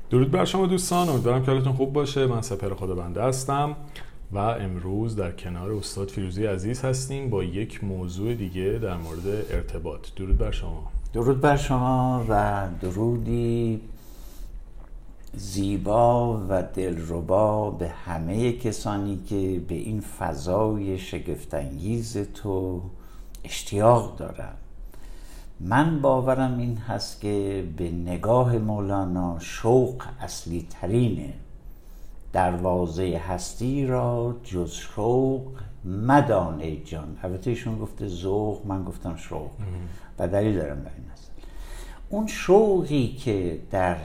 درود بر شما دوستان، امیدوارم که حالتون خوب باشه. من سپر خدا بنده هستم و امروز در کنار استاد فیروزی عزیز هستیم با یک موضوع دیگه در مورد ارتباط. درود بر شما. درود بر شما و درودی زیبا و دلربا به همه کسانی که به این فضای شگفت‌انگیز تو اشتیاق دارن. من باورم این هست که به نگاه مولانا شوق اصلی ترینه. دروازه هستی را جز شوق مدان ای جان. البته ایشون گفته ذوق، من گفتم شوق و دلیل دارم بر این هست. اون شوقی که در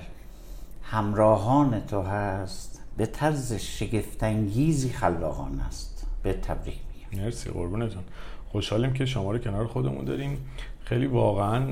همراهان تو هست به طرز شگفت‌انگیزی خلاقانه است. به تبریک میگم. مرسی، قربونتون. خوشحالیم که شما رو کنار خودمون داریم. خیلی واقعا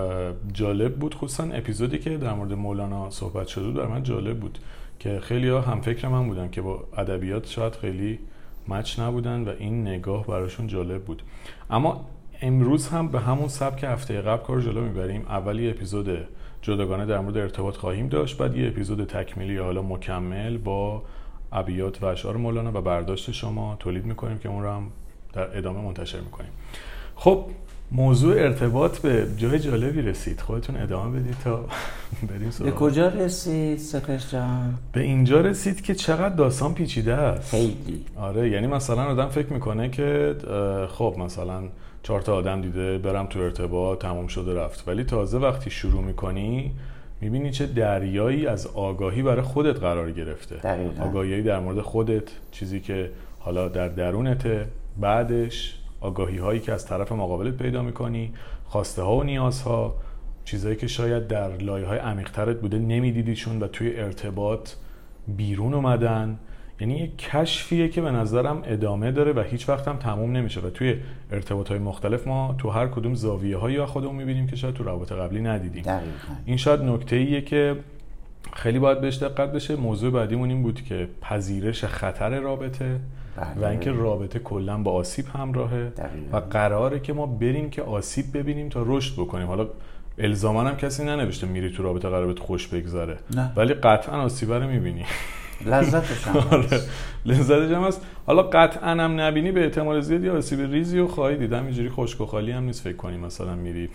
جالب بود، خصوصا اپیزودی که در مورد مولانا صحبت شده بود. برای من جالب بود که خیلی ها هم فکر من بودن که با ادبیات شاید خیلی مچ نبودن و این نگاه براشون جالب بود. اما امروز هم به همون سبک هفته قبل کار جلو میبریم. اولی اپیزود جداگانه در مورد ارتباط خواهیم داشت، بعد یه اپیزود تکمیلی حالا مکمل با ابیات و اشعار مولانا و برداشت شما تولید میکنیم که اون رو هم در ادامه منتشر میکنیم. خب موضوع ارتباط به جای جالبی رسید. خودتون ادامه بدید تا بریم سراغ. به کجا رسید سپر جان؟ به اینجا رسید که چقدر داستان پیچیده است. خیلی. آره، یعنی مثلا آدم فکر میکنه که خب مثلا 4 تا آدم دیده برم تو ارتباط تموم شده رفت، ولی تازه وقتی شروع میکنی میبینی چه دریایی از آگاهی برای خودت قرار گرفته. دقیقاً. آگاهی در مورد خودت، چیزی که حالا در درونته، بعدش آگاهی هایی که از طرف مقابلت پیدا میکنی، خواسته ها و نیازها، چیزایی که شاید در لایه های عمیق ترت بوده نمیدیدیشون و توی ارتباط بیرون اومدن. یعنی یک کشفیه که به نظرم ادامه داره و هیچ وقت هم تموم نمیشه و توی ارتباط های مختلف ما تو هر کدوم زاویه هایی از خودمون میبینیم که شاید تو روابط قبلی ندیدیم. دقیقاً. این شاید نکته ایه که خیلی باید بهش دقت بشه. موضوع بعدیمون این بود که پذیرش خطر رابطه و اینکه رابطه کلا با آسیب همراهه و قراره که ما بریم که آسیب ببینیم تا رشد بکنیم. حالا الزاما هم کسی ننوشته میری تو رابطه قراره بهت خوش بگذره، ولی قطعا آسیب رو میبینی. لذتش هم هست. لذتش هم هست. حالا قطعا هم نبینی به احتمال زیادی آسیب ریزی و خواهی دید. اینجوری خشک و خالی هم نیست فکر کنی مثلا میری.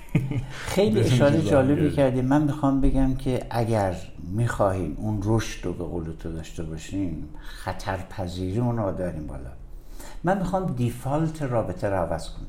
خیلی اشاره جالبی کردیم. من میخوام بگم که اگر میخواهیم اون رشد رو به قول تو داشته باشیم، خطرپذیری اون رو داریم بالا. من میخوام دیفالت رابطه رو عوض کنم.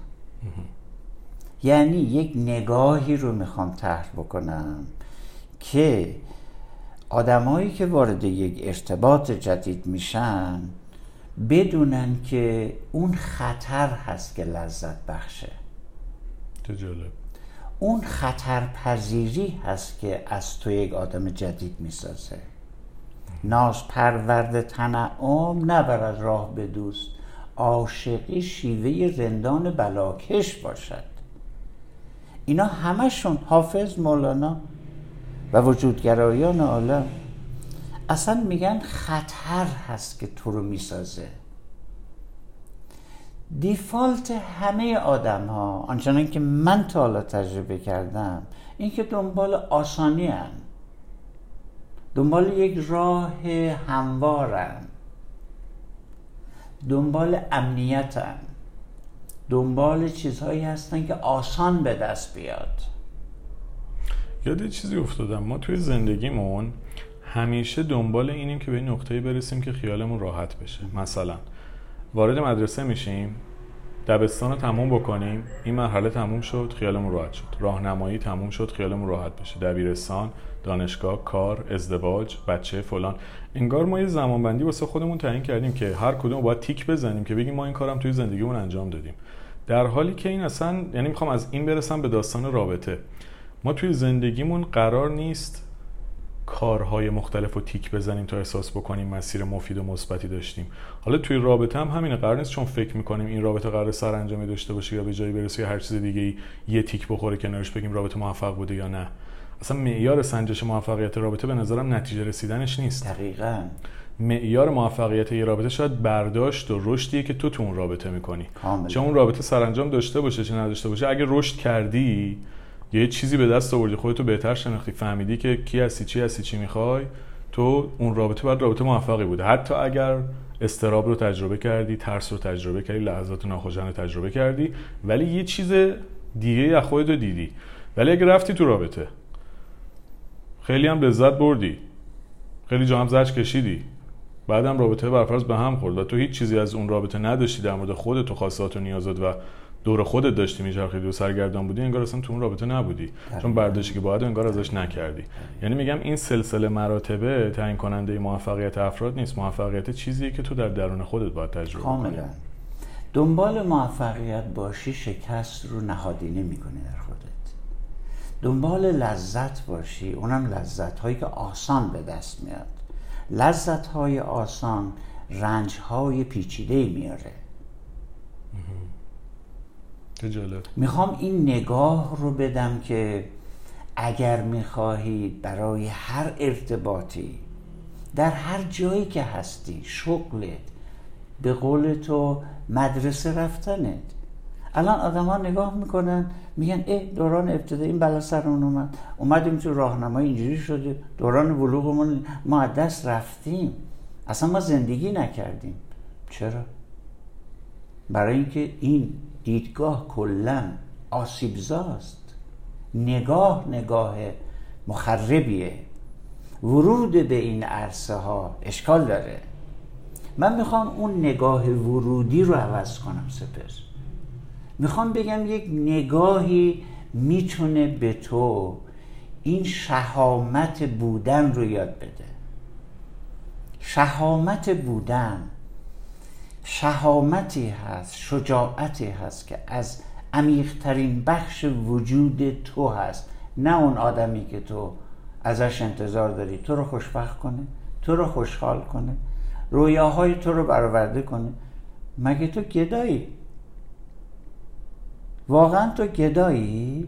یعنی یک نگاهی رو میخوام طرح بکنم که آدمایی که وارد یک ارتباط جدید میشن بدونن که اون خطر هست که لذت بخشه. چه جالب. اون خطرپذیری هست که از تو یک آدم جدید میسازه. ناز پرورد تنعم نبرد راه به دوست، عاشقی شیوه رندان بلاکش باشد. اینا همشون حافظ، مولانا و وجودگرایان عالم اصلا میگن خطر هست که تو رو میسازه. دیفالت همه آدم ها، آنچنان که من تا حالا تجربه کردم، این که دنبال آسانی هن، دنبال یک راه هموارن، دنبال امنیت هن، دنبال چیزهایی هستن که آسان به دست بیاد. یاد چیزی افتادم، ما توی زندگیمون همیشه دنبال اینیم که به این نقطه‌ای برسیم که خیالمون راحت بشه. مثلا وارد مدرسه میشیم، دبستان رو تموم بکنیم، این مرحله تموم شد، خیالمون راحت شد. راهنمایی تموم شد، خیالمون راحت بشه. دبیرستان، دانشگاه، کار، ازدواج، بچه، فلان. انگار ما یه زمانبندی واسه خودمون تعیین کردیم که هر کدوم باید تیک بزنیم که بگیم ما این کارم توی زندگیمون انجام دادیم. در حالی که این اصلا، یعنی میخوام از این برسم به داستان رابطه. ما توی زندگیمون قرار نیست کارهای مختلف رو تیک بزنیم تا احساس بکنیم مسیر مفید و مثبتی داشتیم. حالا توی رابطه هم همینه. قرار نیست چون فکر میکنیم این رابطه قرار سرانجامی داشته باشه یا به جایی برسه یا هر چیز دیگه یه تیک بخوره کنارش بگیم رابطه موفق بوده یا نه. اصلا معیار سنجش موفقیت رابطه به نظرم نتیجه رسیدنش نیست. دقیقاً. معیار موفقیت یه رابطه شاید برداشت و رشدیه که تو اون رابطه میکنی. چه اون رابطه سرانجام داشته باشه چه نداشته باشه، اگه رشد کردی یه چیزی به دست آوردی، خودتو بهتر شناختی، فهمیدی که کی هستی چی میخوای، تو اون رابطه باید رابطه موفقی بوده. حتی اگر استراب رو تجربه کردی، ترس رو تجربه کردی، لحظات ناخوشایند رو تجربه کردی، ولی یه چیز دیگه از خودت دیدی. ولی اگه رفتی تو رابطه، خیلی هم لذت بردی، خیلی جا هم زجر کشیدی، بعدم رابطه برفرض به هم خورد و تو هیچ چیزی از اون رابطه نداشتی در مورد خودت و خواستات و نیازات و دور خودت داشتی میچرخیدی و سرگردان بودی، انگار اصلا تو اون رابطه نبودی، چون برداشتی که باید انگار ازش نکردی. یعنی میگم این سلسله مراتبه تعیین کننده موفقیت افراد نیست. موفقیت چیزیه که تو در درون خودت باید تجربه کنی. کاملا. دنبال موفقیت باشی، شکست رو نهادینه میکنی در خودت. دنبال لذت باشی، اونم لذت هایی که آسان به دست میاد. لذت های آسان رنج های پیچیده میاره. جالب. میخوام این نگاه رو بدم که اگر میخواهید برای هر ارتباطی در هر جایی که هستی، شغلت، به قول تو مدرسه رفتنت، الان آدم ها نگاه میکنن میگن دوران ابتدایی این بلا سرمون اومدیم تو راهنمایی اینجوری شده، دوران بلوغمون ما از دست رفتیم، اصلا ما زندگی نکردیم. چرا؟ برای اینکه این دیدگاه کلن آسیبزاست. نگاه مخربیه. ورود به این عرصه ها اشکال داره. من میخوام اون نگاه ورودی رو عوض کنم. سپس میخوام بگم یک نگاهی میتونه به تو این شهامت بودن رو یاد بده. شهامت بودن شهامتی هست، شجاعتی هست که از عمیق‌ترین بخش وجود تو هست، نه اون آدمی که تو ازش انتظار داری تو رو خوشبخت کنه، تو رو خوشحال کنه، رویاهای تو رو برآورده کنه. مگه تو گدایی؟ واقعا تو گدایی؟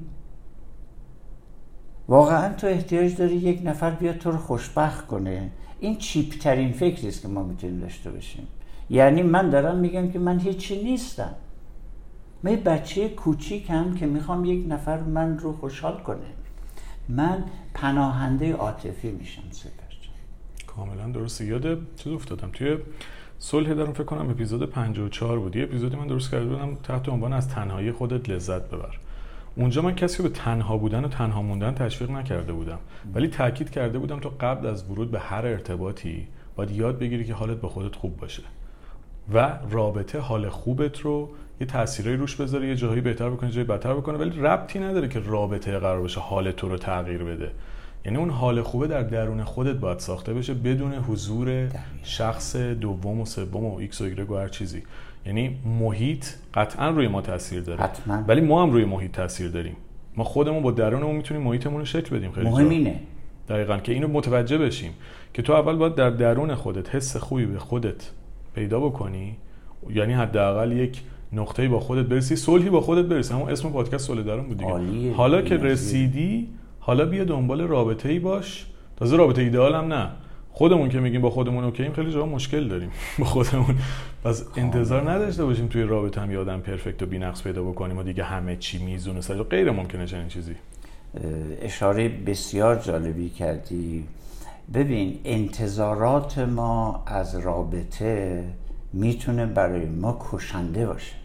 واقعا تو احتیاج داری یک نفر بیاد تو رو خوشبخت کنه؟ این چیپ ترین فکری است که ما میتونیم داشته باشیم. یعنی من دارم میگم که من هیچی نیستم. من یه بچه کوچیکم که میخوام یک نفر من رو خوشحال کنه. من پناهنده عاطفی میشم. کاملا درسته. یاد چیز افتادم توی صلح درون، فکر کنم اپیزود 54 بود، یه اپیزودی من درست کرده بودم تحت عنوان از تنهایی خودت لذت ببر. اونجا من کسی رو به تنها بودن و تنها موندن تشویق نکرده بودم، ولی تاکید کرده بودم تو قبل از ورود به هر ارتباطی باید یاد بگیری که حالت با خودت خوب باشه و رابطه حال خوبت رو یه تأثیری روش بذاره، یه جایی بهتر بکنه، جایی بدتر بکنه، ولی ربطی نداره که رابطه قرار بشه حال تو رو تغییر بده. یعنی اون حال خوبه در درون خودت باید ساخته بشه بدون حضور شخص دوم و سوم و ایکس و ایگرگ و هر چیزی. یعنی محیط قطعا روی ما تاثیر داره، حتما. ولی ما هم روی محیط تاثیر داریم. ما خودمون با درونمون میتونیم محیطمون رو شکل بدیم. خیلی مهم اینه دقیقاً که اینو متوجه بشیم که تو اول باید در درون خودت حس خوبی به خودت پیدا بکنی، یعنی حداقل یک نقطه‌ای با خودت برسی، صلحی با خودت برسی. همون اسم پادکست صلح درون بود دیگه. حالا که رسیدی، حالا بیا دنبال رابطه‌ای باش. تازه رابطه ایدئال هم نه. خودمون که میگیم با خودمون اوکییم، خیلی جاها مشکل داریم با خودمون. پس انتظار نداشته باشیم توی رابطه هم یه آدم پرفکت و بی‌نقص پیدا بکنیم و دیگه همه چی میزون و سجا. غیر ممکنه چنین چیزی. اشاره بسیار جالبی کردی. ببین، انتظارات ما از رابطه میتونه برای ما کشنده باشه.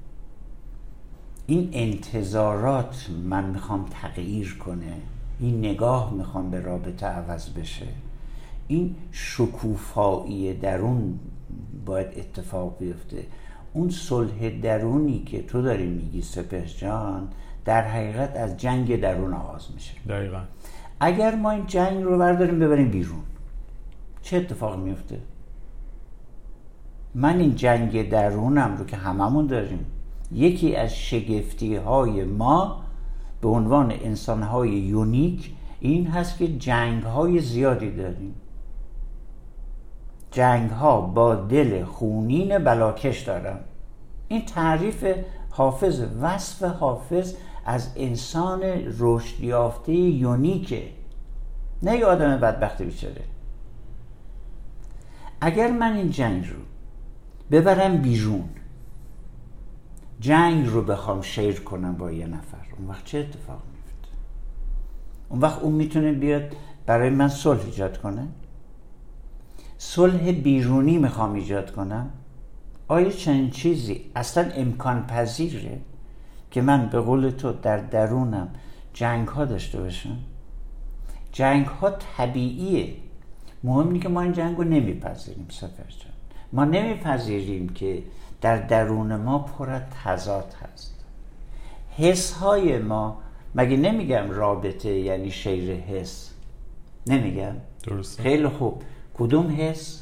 این انتظارات من میخوام تغییر کنه، این نگاه میخوام به رابطه عوض بشه، این شکوفایی درون باید اتفاق بیفته. اون صلح درونی که تو داری میگی سپهر جان، در حقیقت از جنگ درون آغاز میشه. دقیقاً. اگر ما این جنگ رو برداریم ببریم بیرون، چه اتفاق میفته؟ من این جنگ درونم رو که هممون داریم، یکی از شگفتی های ما به عنوان انسان های یونیک این هست که جنگ های زیادی داریم. جنگ ها با دل خونین بلاکش دارن. این تعریف حافظ، وصف حافظ از انسان رشد یافته یونیکه، نه یه آدم بدبخت بیچاره. اگر من این جنگ رو ببرم بیرون، جنگ رو بخوام شیر کنم با یه نفر، اون وقت چه اتفاق میفته؟ اون وقت اون میتونه بیاد برای من صلح ایجاد کنه؟ صلح بیرونی میخوام ایجاد کنم؟ آیا چنین چیزی اصلا امکان پذیره که من به قول تو در درونم جنگ ها داشته باشم؟ جنگ ها طبیعیه، مهم اینه که ما این جنگ رو نمیپذیریم. سفر جان، ما نمیپذیریم که در درون ما پر از تضاد هست. حس های ما، مگه نمیگم رابطه یعنی شیر حس؟ نمیگم؟ درسته. خیلی خوب، کدوم حس؟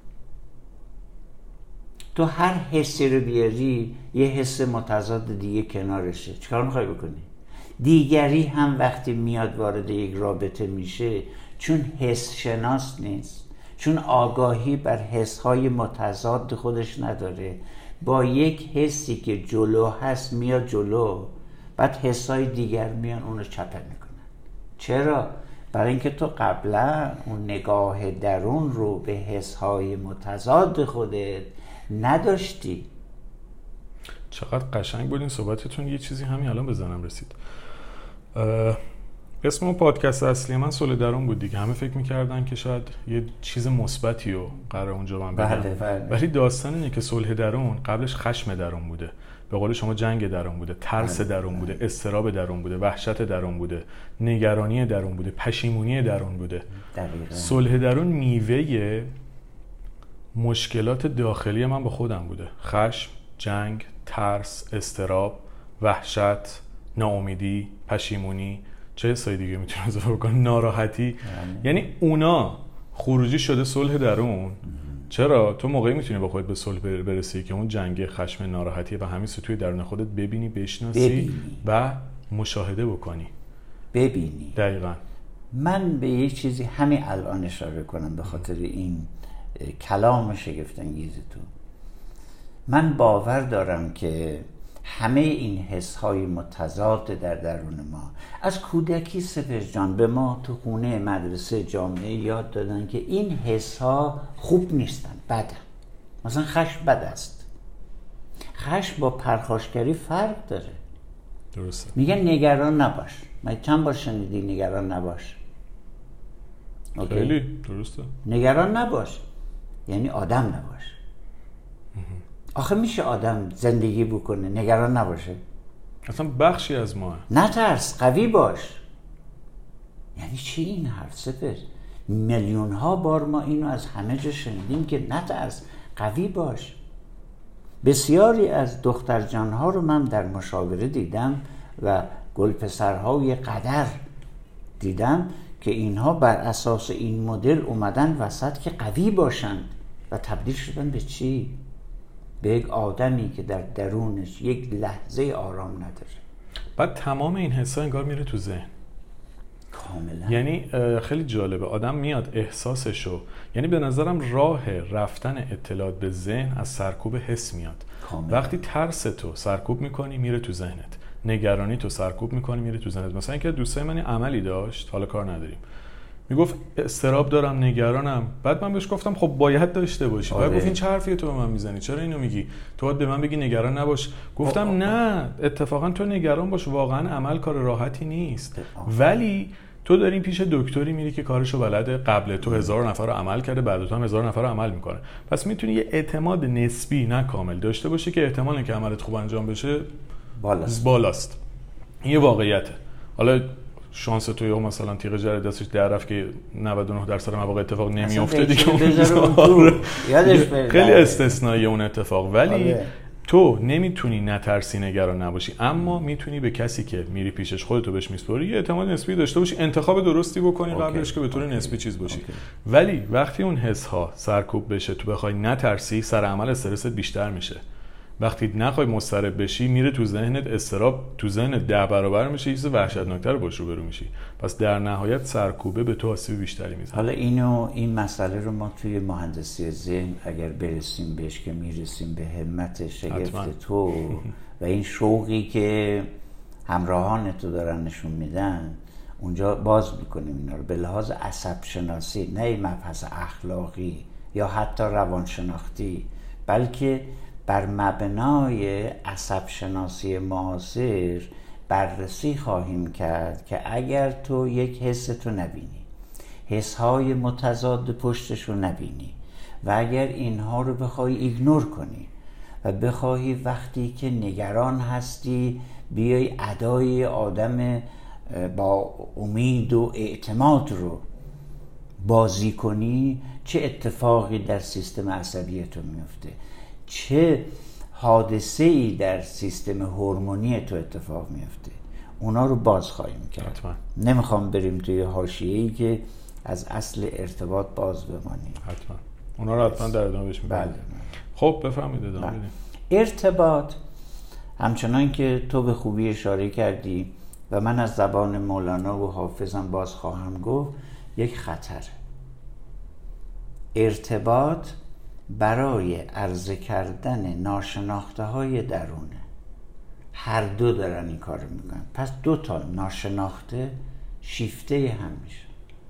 تو هر حسی رو بیاری یه حس متضاد دیگه کنارشه، چیکار میخوای بکنی؟ دیگری هم وقتی میاد وارد یک رابطه میشه، چون حس شناس نیست، چون آگاهی بر حسهای متضاد خودش نداره، با یک حسی که جلو هست میاد جلو، بعد حسهای دیگر میان اونو چپه میکنن. چرا؟ برای اینکه تو قبلا اون نگاه درون رو به حسهای متضاد خودت نداشتی. چقدر قشنگ بود این صحبتتون. یه چیزی همین الان به ذهنم رسید. اسم اون پادکست اصلی من صلح درون بود دیگه. همه فکر می‌کردن که شاید یه چیز مثبتی رو قرار اونجا من بگم. بله. ولی داستان اینه که صلح درون قبلش خشم درون بوده، به قول شما جنگ درون بوده، ترس درون بوده، اضطراب درون بوده، وحشت درون بوده، نگرانی درون بوده، پشیمونی درون بوده. دقیقاً. صلح درون میوه مشکلات داخلی من با خودم بوده. خشم، جنگ، ترس، اضطراب، وحشت، ناامیدی، پشیمونی، چه حسای دیگه میتونه اضافه بکنه، ناراحتی. یعنی اونا خروجی شده صلح درون. چرا؟ تو موقعی میتونی با خودت به صلح برسی که اون جنگ، خشم، ناراحتی و همین توی درون خودت ببینی، بشناسی و مشاهده بکنی. ببینی. دقیقاً. من به یه چیزی همین الان اشاره کنم به خاطر این کلام شگفت‌انگیز تو. من باور دارم که همه این حس‌های متضاد در درون ما از کودکی سپر جان به ما تو خونه، مدرسه، جامعه یاد دادن که این حس‌ها خوب نیستن، بدن. مثلا خشم بد است. خشم با پرخاشگری فرق داره. درسته. میگن نگران نباش. من چند بار شنیدی نگران نباش؟ خیلی درسته. نگران نباش یعنی آدم نباش. آخه میشه آدم زندگی بکنه نگران نباشه؟ اصلا بخشی از ما. نترس، قوی باش. یعنی چی این حرف سپر؟ میلیون ها بار ما اینو از همه جا شنیدیم که نترس، قوی باش. بسیاری از دختر جانها رو من در مشاوره دیدم و گل پسرهای قدر دیدم که اینها بر اساس این مدل اومدن وسط که قوی باشند و تبدیل شدن به چی؟ به یک آدمی که در درونش یک لحظه آرام نداره. بعد تمام این حسا انگار میره تو ذهن. کاملا. یعنی خیلی جالبه، آدم میاد احساسشو، یعنی به نظرم راه رفتن اطلاعات به ذهن از سرکوب حس میاد. کاملا. وقتی ترس تو سرکوب میکنی میره تو ذهنت، نگرانی تو سرکوب میکنی میره تو ذهنت. مثلا اینکه دوستای من عملی داشت، حالا کار نداریم، میگفت استراب دارم، نگرانم. بعد من بهش گفتم خب باید داشته باشی. بعد گفت این چه حرفیه تو به من میزنی؟ چرا اینو میگی؟ تو باید به من بگی نگران نباش. گفتم نه، اتفاقا تو نگران باش، واقعا عمل کار راحتی نیست، ولی تو داری پیش دکتری میری که کارشو بلده، قبل تو 1000 نفر رو عمل کرده، بعد تو هم 1000 نفر رو عمل میکنه. پس میتونی یه اعتماد نسبی نه کامل داشته باشی که احتمال اینکه عملت خوب انجام بشه بالاست. این یه واقعیته. حالا شانس تو یا مثلا تیغ جر دستش در رفت که 99% مواقع اتفاق نمیفته دیگه، خیلی استثنایی اون اتفاق. ولی تو نمیتونی نترسی، نگران نباشی، اما میتونی به کسی که میری پیشش خودتو بهش میسپاری یه اعتماد نسبی داشته باشی، انتخاب درستی بکنی قبلش که به طور نسبی چیز باشی. ولی وقتی اون حس ها سرکوب بشه، تو بخوای نترسی، سر عمل استرست بیشتر میشه. وقتی نخوای مضطرب بشی، میره تو ذهنت، استراب تو ذهنت 10 برابر میشه، چیز وحشتناکتر باش روبرو میشی. پس در نهایت سرکوبه به تو آسیب بیشتری میزنه. حالا این مسئله رو ما توی مهندسی ذهن اگر برسیم بهش، که میرسیم به همت شگفت تو و این شوقی که همراهان تو دارن نشون میدن، اونجا باز میکنیم اینا رو به لحاظ عصب شناسی، نه مبحث اخلاقی یا حتی روانشناختی، بلکه بر مبنای عصب شناسی معاصر بررسی خواهیم کرد که اگر تو یک حس تو نبینی، حسهای متضاد پشتش رو نبینی و اگر اینها رو بخوای ایگنور کنی و بخواهی وقتی که نگران هستی بیای ادای آدم با امید و اعتماد رو بازی کنی، چه اتفاقی در سیستم عصبی تو میفته، چه حادثه‌ای در سیستم هورمونی تو اتفاق میفته، اونا رو باز خواهیم کرد. نمیخوام بریم توی حاشیه‌ای که از اصل ارتباط باز بمانیم. حتما اونا رو حتما در ادامه بهش می‌پردازیم. بله. خب بفرمایید ادامه بدیم. ارتباط همچنان که تو به خوبی اشاره کردی و من از زبان مولانا و حافظم باز خواهم گفت، یک خطر. ارتباط برای عرضه کردن ناشناخته های درونه، هر دو دارن این کار میکنن، پس دو تا ناشناخته شیفته هم میشه.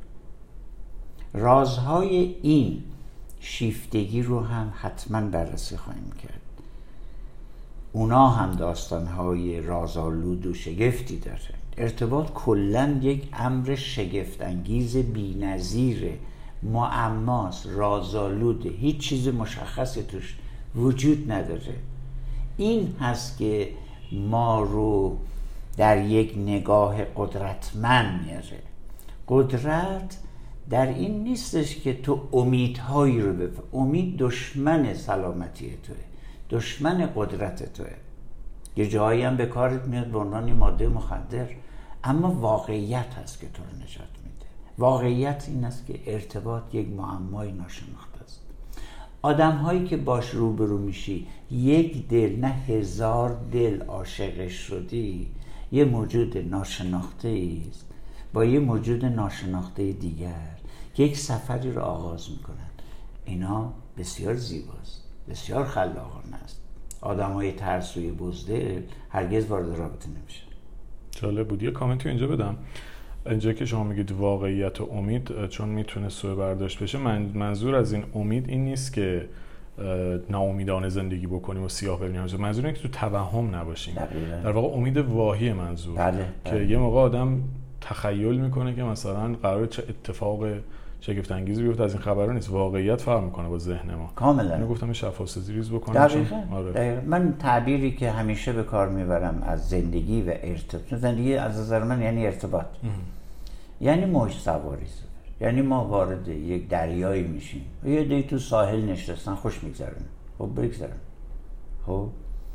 رازهای این شیفتگی رو هم حتما بررسی خواهیم کرد. اونا هم داستانهای رازآلود و شگفتی دارن. ارتباط کلن یک امر شگفت انگیز بی‌نظیر، معماست، رازآلوده، هیچ چیز مشخصی توش وجود نداره. این هست که ما رو در یک نگاه قدرتمند میاره. قدرت در این نیستش که تو امیدهایی رو بفهم. امید دشمن سلامتی توه، دشمن قدرت توه. یه جایی هم به کارت میاد به عنوان ماده مخدر، اما واقعیت هست که تو رو نجات میده. واقعیت این است که ارتباط یک معمای ناشناخته است. آدم هایی که باش روبرو میشی، یک دل نه هزار دل عاشقش شدی، یه موجود ناشناخته است با یه موجود ناشناخته دیگر که یک سفری رو آغاز میکنن. اینا بسیار زیباست، بسیار خلاقانه است. آدم های ترسوی بزدل هرگز وارد رابطه نمیشه. جالب بود. یه کامنتی اینجا بدم. اینجا که شما میگید واقعیت و امید چون میتونه سوء برداشت بشه، منظور از این امید این نیست که ناامیدانه زندگی بکنیم و سیاه ببینیم. منظور اینه که تو توهم نباشیم. در واقع امید واهی منظور. بله. که یه موقع آدم تخیل میکنه که مثلا قراره چه اتفاق شگفت انگیزی بیفته، از این خبرها نیست. واقعیت فرق میکنه با ذهن ما. کاملا. من گفتم شفاف‌سازی ریز بکنم. دقیقاً. من تعبیری که همیشه به کار میبرم از زندگی و ارتباط، زندگی از نظر من یعنی ارتباط. یعنی موج سواری، یعنی ما وارد یک دریایی میشیم و یه عده‌ای تو ساحل نشستن خوش میگذرن. خب بگذرن. خب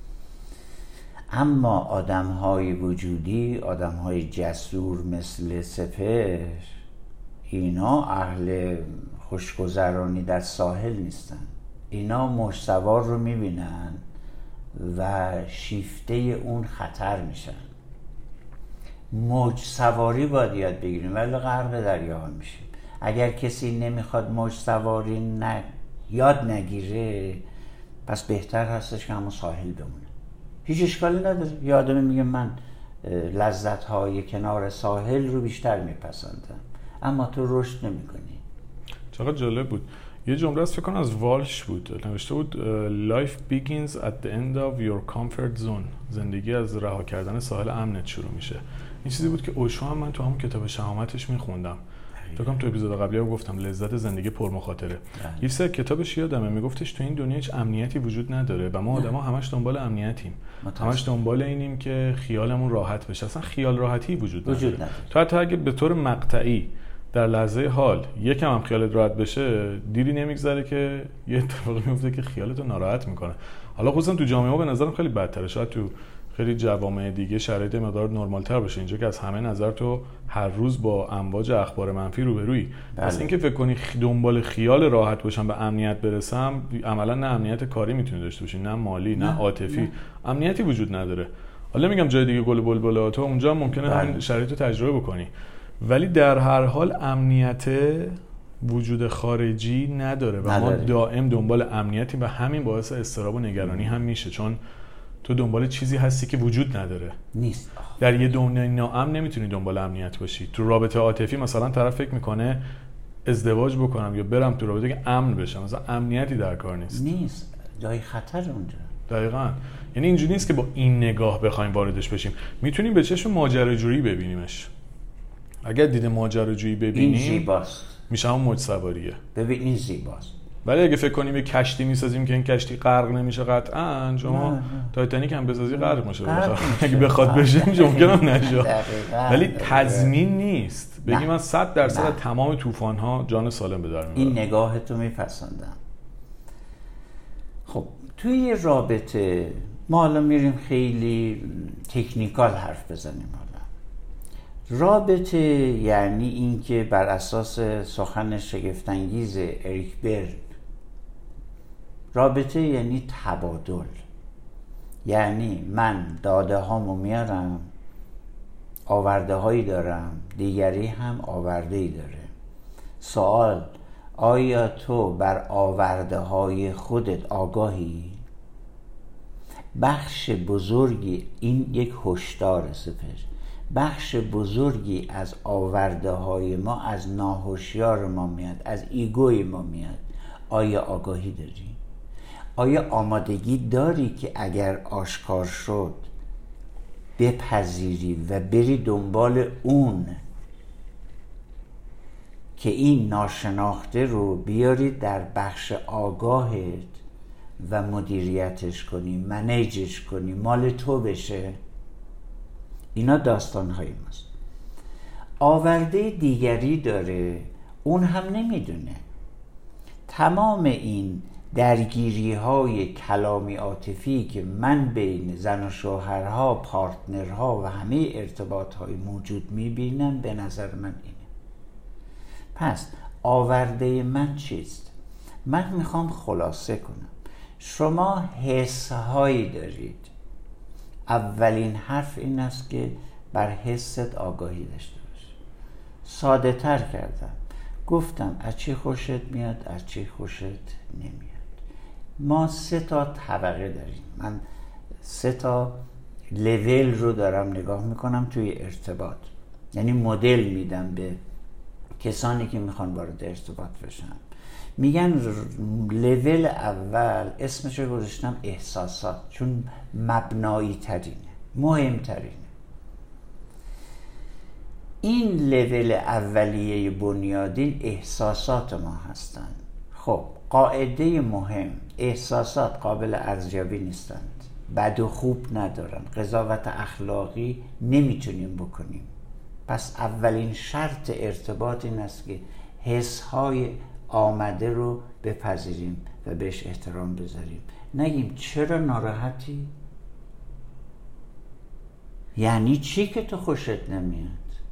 اما آدم‌های وجودی، آدم‌های جسور مثل سپهر، اینا اهل خوشگذرانی در ساحل نیستن. اینا موج سوار رو میبینن و شیفته اون خطر میشن. موج سواری باید یاد بگیریم ولی غرق دریا میشیم. اگر کسی نمیخواد موج سواری یاد نگیره، پس بهتر هستش که همون ساحل بمونه. هیچ اشکالی نداره. یه آدمی میگه من لذت‌های کنار ساحل رو بیشتر میپسندم، اما تو رشد نمی‌کنی. چقدر جالب بود. یه جمله است فکر کنم از والش بود، نوشته بود Life begins at the end of your comfort zone. زندگی از رها کردن ساحل امنت شروع میشه. این چیزی بود که اوشو هم من تو همون کتاب شهامتش میخوندم. فکر کنم تو اپیزود قبلی هم گفتم لذت زندگی پرمخاطره. یه سری کتابش یادمه میگفتش تو این دنیا هیچ امنیتی وجود نداره و ما آدما همش دنبال امنیتیم. همش دنبال اینیم که خیالمون راحت بشه. اصلا خیال راحتی وجود نداره. تو حتی اگه به طور مقطعی در لحظه حال یکم هم خیالت راحت بشه، دیری نمیگذره که یه اتفاقی میفته که خیالتو ناراحت میکنه. حالا خصوصا تو جامعه ما به نظرم خیلی بدتره. شاید تو خیلی جوامع دیگه شرایط مقدار نرمال‌تر باشه. اینجا که از همه نظر تو هر روز با امواج اخبار منفی روبرویی. پس اینکه فکر کنی دنبال خیال راحت باشم به امنیت برسم، عملا نه امنیت کاری میتونی داشته باشی، نه مالی، نه عاطفی. امنیتی وجود نداره. حالا میگم جای دیگه گل بلبل تو اونجا ممکنه همین شرایطو تجربه بکنی، ولی در هر حال امنیت وجود خارجی نداره و ما دائم دنبال امنیتیم و همین باعث اضطراب و نگرانی هم میشه، چون تو دنبال چیزی هستی که وجود نداره. نیست. در یه دنیای ناامن نمیتونی دنبال امنیت باشی. تو رابطه عاطفی مثلا طرف فکر میکنه ازدواج بکنم یا برم تو رابطه که امن بشم، مثلا امنیتی در کار نیست. جای خطر اونجا. دقیقاً. یعنی اینجوری نیست که با این نگاه بخوایم واردش بشیم، میتونیم به چشم ماجراجویی ببینیمش. اگر دید ماجراجویی ببینیم این زیباست، میشه همون موج سواریه. ببین این زیباست. ولی اگه فکر کنیم یه کشتی میسازیم که این کشتی غرق نمیشه قطعاً، شما تایتانیک هم بسازی غرق میشه اگه بخواد بشه ممکنه نشه. ولی تضمین نیست بگیم من 100% تمام طوفان‌ها جان سالم به در میبرم. این نگاهتو میپسندم. خب توی رابطه ما حالا میریم خیلی تکنیکال حرف بزنیم. رابطه یعنی این که بر اساس سخن شگفت‌انگیز اریک برن، رابطه یعنی تبادل. یعنی من داده هامو میارم، آورده هایی دارم، دیگری هم آورده ای داره. سوال: آیا تو بر آورده های خودت آگاهی؟ بخش بزرگی، این یک هشدار سپر، بخش بزرگی از آورده های ما از ناهوشیار ما میاد، از ایگوی ما میاد. آیا آگاهی داری؟ آیا آمادگی داری که اگر آشکار شد بپذیری و بری دنبال اون که این ناشناخته رو بیاری در بخش آگاهت و مدیریتش کنی، منیجش کنی، مال تو بشه؟ اینا داستان‌های ماست. آورده دیگری داره، اون هم نمیدونه. تمام این درگیری‌های کلامی عاطفی که من بین زن و شوهرها، پارتنرها و همه ارتباط‌های موجود می‌بینم، به نظر من اینه. پس آورده من چیست؟ من میخوام خلاصه کنم. شما حس‌هایی دارید. اولین حرف این است که بر حست آگاهی داشته باش. ساده تر کردم، گفتم از چی خوشت میاد، از چی خوشت نمیاد. ما 3 طبقه داریم. من 3 لول رو دارم نگاه میکنم توی ارتباط. یعنی مدل میدم به کسانی که میخوان وارد ارتباط بشن. میگن لول اول اسمشو گذاشتم احساسات، چون مبنایی ترینه، مهم ترینه. این لول اولیه بنیادین احساسات ما هستن. خب قاعده مهم: احساسات قابل ارزیابی نیستند، بد و خوب ندارن، قضاوت اخلاقی نمیتونیم بکنیم. پس اولین شرط ارتباط این است که حس‌های آمده رو بپذیریم و بهش احترام بذاریم. نگیم چرا ناراحتی؟ یعنی چی که تو خوشت نمیاد؟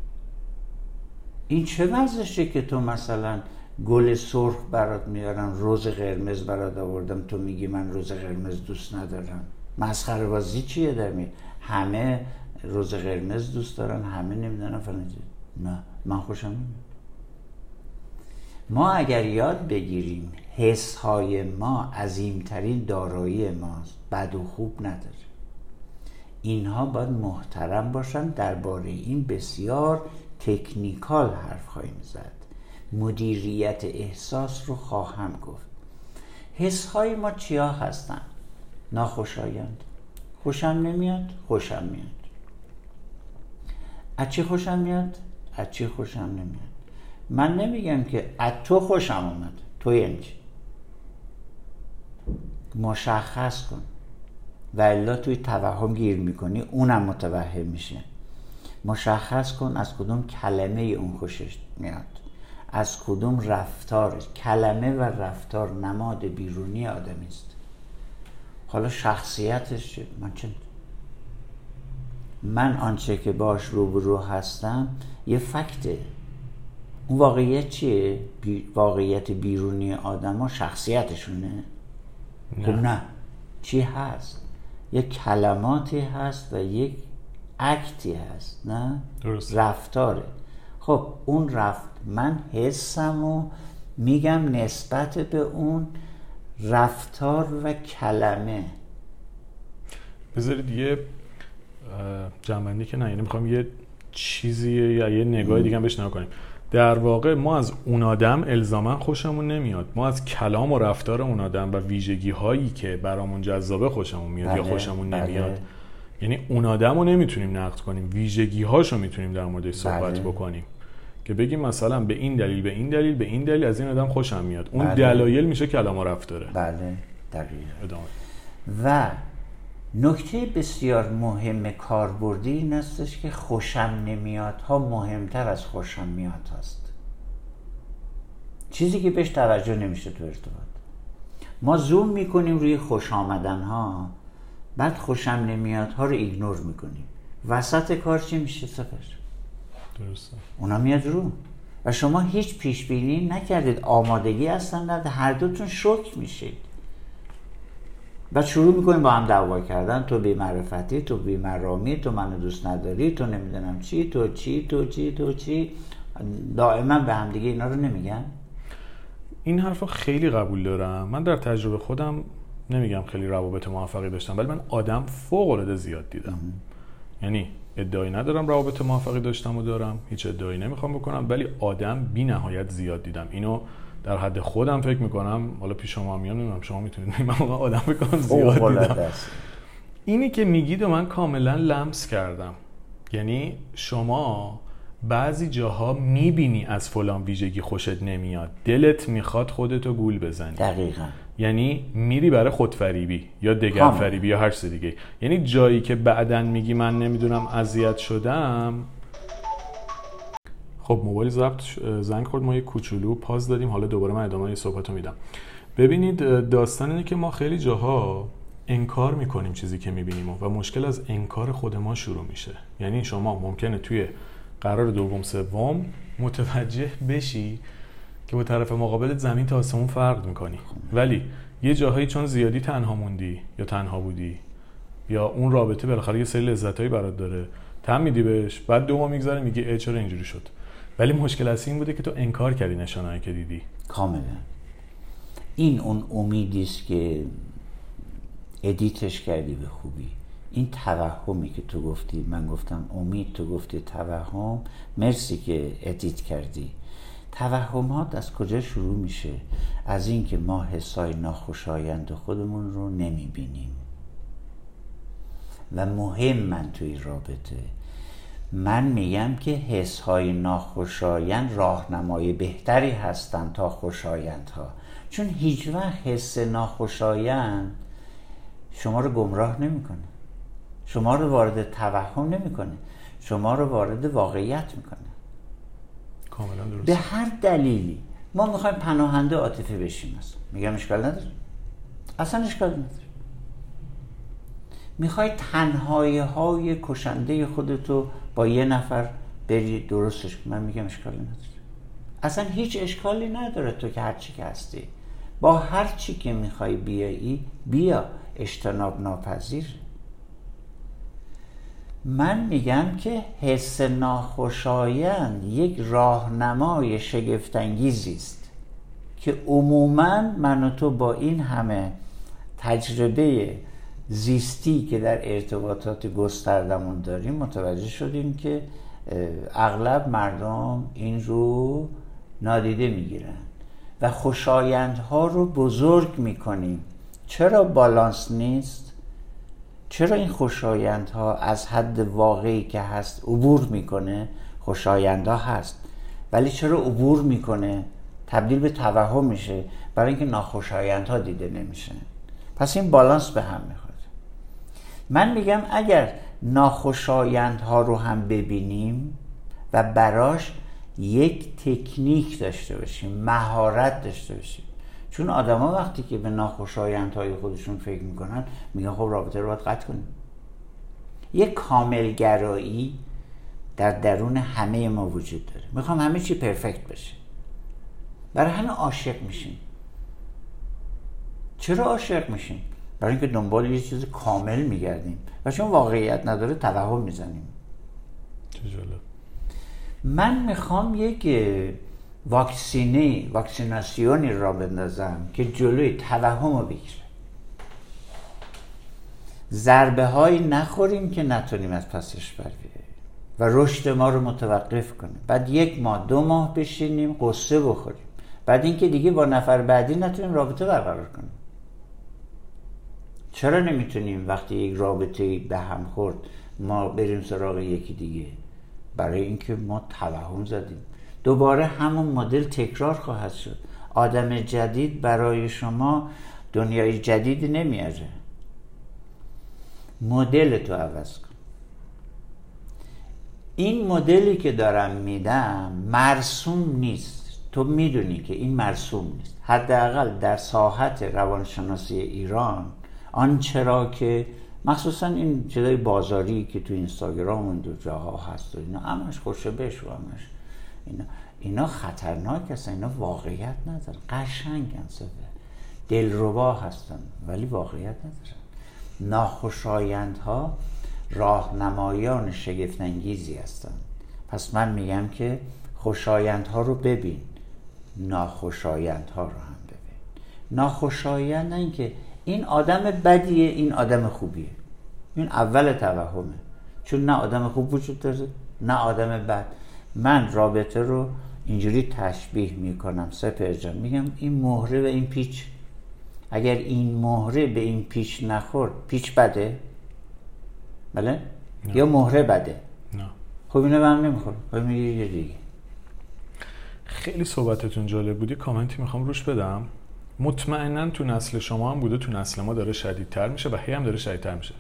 این چه وضعشه که تو مثلا گل سرخ برات میارم، روز قرمز برات آوردم، تو میگی من روز قرمز دوست ندارم؟ مسخره بازی چیه در میاد؟ همه روز قرمز دوست دارن، همه نمیدونن فلان. نه، من خوشم نمیاد. ما اگر یاد بگیریم حس‌های ما عظیمترین دارایی ماست، بد و خوب نداره. اینها باید محترم باشن. درباره این بسیار تکنیکال حرف خواهیم زد. مدیریت احساس رو خواهم گفت. حس‌های ما چیا هستن؟ ناخوشایند. خوشم نمیاد، خوشم میاد. از چی خوشم میاد؟ از چی خوشم نمیاد. من نمیگم که از تو خوشم اومد. تو یعنی چی؟ مشخص کن. و الا توی توهم گیر میکنی، اونم متوهم میشه. مشخص کن از کدوم کلمه اون خوشش میاد، از کدوم رفتارش. کلمه و رفتار نماد بیرونی آدمی است. حالا شخصیتش چه؟ من آنچه که باش روبرو هستم یه فکته. اون واقعیت چیه؟ واقعیت بیرونی آدم ها شخصیتشونه؟ خب نه. چی هست؟ یک کلماتی هست و یک اکتی هست. نه؟ درست. رفتاره. خب اون من حسمو میگم نسبت به اون رفتار و کلمه. بذارید یه جمع‌بندی که نه، یعنی میخوام یه چیزی یا یه نگاه دیگه هم بهش نگاه کنیم. در واقع ما از اون آدم الزاما خوشمون نمیاد، ما از کلام و رفتار اون آدم و ویژگی هایی که برامون جذابه خوشمون میاد یا خوشمون نمیاد. یعنی اون آدم رو نمیتونیم نقد کنیم، ویژگی هاشو میتونیم در موردش صحبت بکنیم که بگیم مثلا به این دلیل به این دلیل به این دلیل از این آدم خوشم میاد. اون دلایل میشه کلام و رفتاره. بله دقیقاً. و نکته بسیار مهم کاربردی این استش که خوشم نمیاد ها مهمتر از خوشم میاد هست، چیزی که بهش توجه نمیشه تو ارتباط. ما زوم میکنیم روی خوش آمدن ها، بعد خوشم نمیاد ها رو ایگنور میکنیم، وسط کار چی میشه؟ صفر. درسته. اونا میاد رو و شما هیچ پیش بینی نکردید، آمادگی اصلا ندارید، هر دوتون شوک میشید. بعد شروع میکنیم با هم دعوا کردن، تو بی‌معرفتی، تو بی‌مرامی، تو منو دوست نداری، تو نمیدونم چی، تو چی تو چی تو چی. دائما به هم دیگه اینا رو نمیگن. این حرفا خیلی قبول دارم. من در تجربه خودم نمیگم خیلی روابط موفقی داشتم، ولی من آدم فوق العاده زیاد دیدم. یعنی ادعایی ندارم روابط موفقی داشتم و دارم، هیچ ادعایی نمیخوام بکنم، ولی آدم بی نهایت زیاد دیدم. اینو در حد خودم فکر میکنم، حالا پیش شما میام نمیدونم شما میتونید، من آدم بکنم زیاد دیدم. اینی که میگید و من کاملا لمس کردم. یعنی شما بعضی جاها میبینی از فلان ویژگی خوشت نمیاد، دلت میخواد خودتو گول بزنی. دقیقاً. یعنی میری برای خودفریبی یا دگرفریبی یا هر چیز دیگه. یعنی جایی که بعدن میگی من نمیدونم اذیت شدم. خب موبایل زنگ خورد، ما یه کوچولو پاز دادیم، حالا دوباره من ادامه صحبتو میدم. ببینید داستان اینه که ما خیلی جاها انکار میکنیم چیزی که میبینیم و مشکل از انکار خود ما شروع میشه. یعنی شما ممکنه توی قرار دوم سوم متوجه بشی که با طرف مقابلت زمین تا آسمون فرق میکنی، ولی یه جاهایی چون زیادی تنها موندی یا تنها بودی یا اون رابطه بالاخره یه سری لذتایی برات داره، تم میدی بهش، بعد 2 ماه میگذره میگی چرا اینجوری شد. ولی مشکل اصلی این بوده که تو انکار کردی نشانه‌ای که دیدی. کاملا. این اون امیدی است که ادیتش کردی به خوبی. این توهمی که تو گفتی، من گفتم امید، تو گفتی توهم. مرسی که ادیت کردی. توهمات از کجا شروع میشه؟ از این که ما حسای ناخوشایند خودمون رو نمیبینیم. و من توی رابطه من میگم که حسهای ناخوشایند راهنمای بهتری هستن تا خوشایندها، چون هیچ وقت حس ناخوشایند شما رو گمراه نمیکنه، شما رو وارد توهم نمیکنه، شما رو وارد واقعیت میکنه. کاملا درست. به هر دلیلی ما میخوایم پناهنده عاطفه بشیم، مثلا میگم اشکال نداره، اصلا اشکال نداره. میخوای تنهایی های کشنده خودتو با یه نفر بری درستش کنی، من میگم اشکالی نداره، اصلا هیچ اشکالی نداره. تو که هر چی که هستی، با هر چی که میخوای بیایی بیا، اجتناب ناپذیر. من میگم که حس ناخوشایند یک راهنمای شگفت‌انگیزی است که عموماً من و تو با این همه تجربه زیستی که در ارتباطات گستردمون داریم متوجه شدیم که اغلب مردم این رو نادیده میگیرن و خوشایندها رو بزرگ میکنیم. چرا بالانس نیست؟ چرا این خوشایندها از حد واقعی که هست عبور میکنه؟ خوشایندها هست، ولی چرا عبور میکنه؟ تبدیل به توهم میشه، برای اینکه ناخوشایندها دیده نمیشه. پس این بالانس به هم میخوره. من میگم اگر ناخوشایندها رو هم ببینیم و براش یک تکنیک داشته باشیم، مهارت داشته باشیم، چون آدما وقتی که به ناخوشایندهای خودشون فکر میکنن میگن خب رابطه رو باید قطع کنیم. یک کاملگرایی در درون همه ما وجود داره. میخوام همه چی پرفکت بشه، برای همه عاشق میشیم. چرا عاشق میشیم؟ برای اینکه دنبال یه چیز کامل میگردیم و چون واقعیت نداره توهم میزنیم. چه جالب. من میخوام یک واکسیناسیونی را بندازم که جلوی توهم رو بگیره. ضربه هایی نخوریم که نتونیم از پسش بر بیاییم. و رشد ما رو متوقف کنه. بعد 1 ماه 2 ماه بشینیم قصه بخوریم، بعد اینکه دیگه با نفر بعدی نتونیم رابطه برقرار کنیم. چرا نمیتونیم وقتی یک رابطه به هم خورد ما بریم سراغ یکی دیگه؟ برای اینکه ما توهم زدیم. دوباره همون مدل تکرار خواهد شد. آدم جدید برای شما دنیای جدید نمیاره. مدل تو عوض کن. این مدلی که دارم میدم مرسوم نیست. تو میدونی که این مرسوم نیست. حداقل در ساحت روانشناسی ایران آنچه را که مخصوصا این چیزای بازاری که تو اینستاگرام و دو جاها هست و اینا همش خوشبش و همش اینا خطرناک هستن. اینا واقعیت ندارن. قشنگن، دلربا هستن ولی واقعیت ندارن. ناخوشایندها راهنمایان شگفت انگیزی هستن. پس من میگم که خوشایندها رو ببین، ناخوشایندها رو هم ببین. ناخوشایند این که این آدم بدیه، این آدم خوبیه. این اول توهمه، چون نه آدم خوب وجود داره نه آدم بد. من رابطه رو اینجوری تشبیه میکنم سپر جان، میگم این مهره و این پیچ. اگر این مهره به این پیچ نخورد، پیچ بده؟ بله؟ نه. یا مهره بده؟ نه. خب اینو به هم نمیخوره. خب میگه یه دیگه. خیلی صحبتتون جالب بود. کامنتی میخوام روش بدم. مطمئناً تو نسل شما هم بوده، تو نسل ما داره شدیدتر میشه و هی هم داره شدیدتر میشه.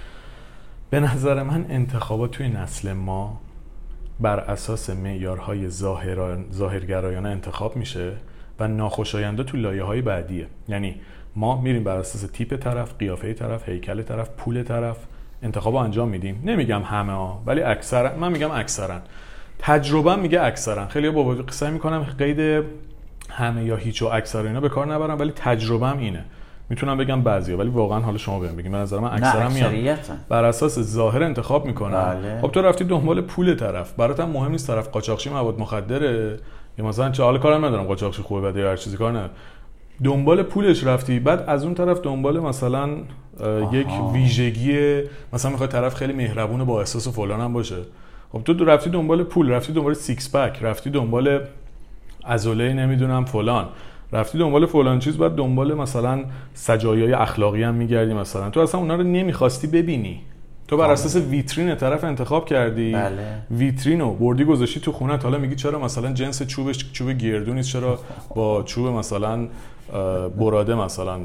به نظر من انتخابات توی نسل ما بر اساس معیارهای ظاهرگرایانه انتخاب میشه و ناخوشاینده تو لایه‌های بعدیه. یعنی ما میریم بر اساس تیپ طرف، قیافه طرف، هیکل طرف، پول طرف انتخاب انجام میدیم. نمیگم همه ها، ولی اکثرا. من میگم اکثرا. تجربه میگه اکثرا. خیلی با قصه میکنم قید همه یا هیچ و اکثر اینا به کار نبرم، ولی تجربه‌ام اینه. میتونم بگم بعضیا، ولی واقعا حالا شما بهم بگید. به نظر من اکثرا میان بر اساس ظاهر انتخاب میکنن. بله. خب تو رفتی دنبال پول طرف، برات هم مهم نیست طرف قاچاقچی مواد مخدره یا مثلا چه حال کارم ندارم قاچاقچی خوبه بده یا هر چیزی کار ندارم. دنبال پولش رفتی، بعد از اون طرف دنبال مثلا یک ویژگی، مثلا میخواد طرف خیلی مهربون و با احساس و فلان هم باشه. خب تو رفتی دنبال پول، رفتی دنبال سیکس پک، رفتی دنبال عضله نمیدونم فلان، رفتی دنبال فلان چیز، بعد دنبال مثلا سجایای اخلاقی هم میگردی. مثلا تو اصلا اونا رو نمیخواستی ببینی، تو بر اساس ویترین طرف انتخاب کردی. بله. ویترینو بردی گذاشتی تو خونت. حالا میگی چرا مثلا جنس چوبش چوب گردو نیست، چرا با چوب مثلا براده مثلا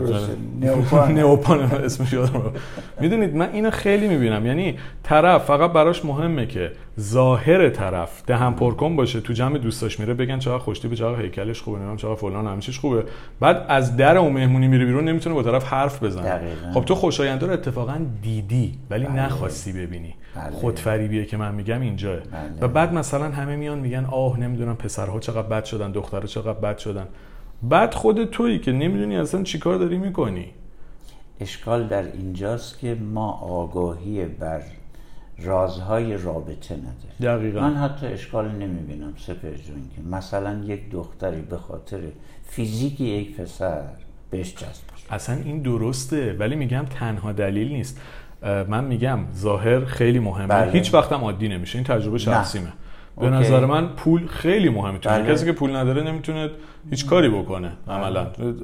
نئوپان اسمش یادم. میدونید من اینو خیلی میبینم. یعنی طرف فقط براش مهمه که ظاهر طرف دهن پرکن باشه، تو جمع دوستاش میره بگن چقدر خوشتیپه، چقدر هیکلش خوبه، نمیدونم چقدر فلان همه چیش خوبه، بعد از در اون مهمونی میره بیرون نمیتونه با طرف حرف بزنه. خب تو خوشاینده رو اتفاقا دیدی ولی نخواستی ببینی. خودفریبیه که من میگم اینجاه. و بعد مثلا همه میان میگن آه نمیدونم پسرها چقدر بد شدن، دخترها چقدر بد شدن. بعد خود تویی که نمیدونی اصلا چیکار داری میکنی. اشکال در اینجاست که ما آگاهی بر رازهای رابطه نداریم. دقیقاً. من حتی اشکال نمیبینم سپر جون که مثلا یک دختری به خاطر فیزیک یک پسر بهش جذب بشه. اصلا این درسته، ولی میگم تنها دلیل نیست. من میگم ظاهر خیلی مهمه. بله. هیچ وقت هم عادی نمیشه. این تجربه شخصیمه. به نظر من پول خیلی مهمه. بله. کسی که پول نداره نمیتونه هیچ کاری بکنه. عملا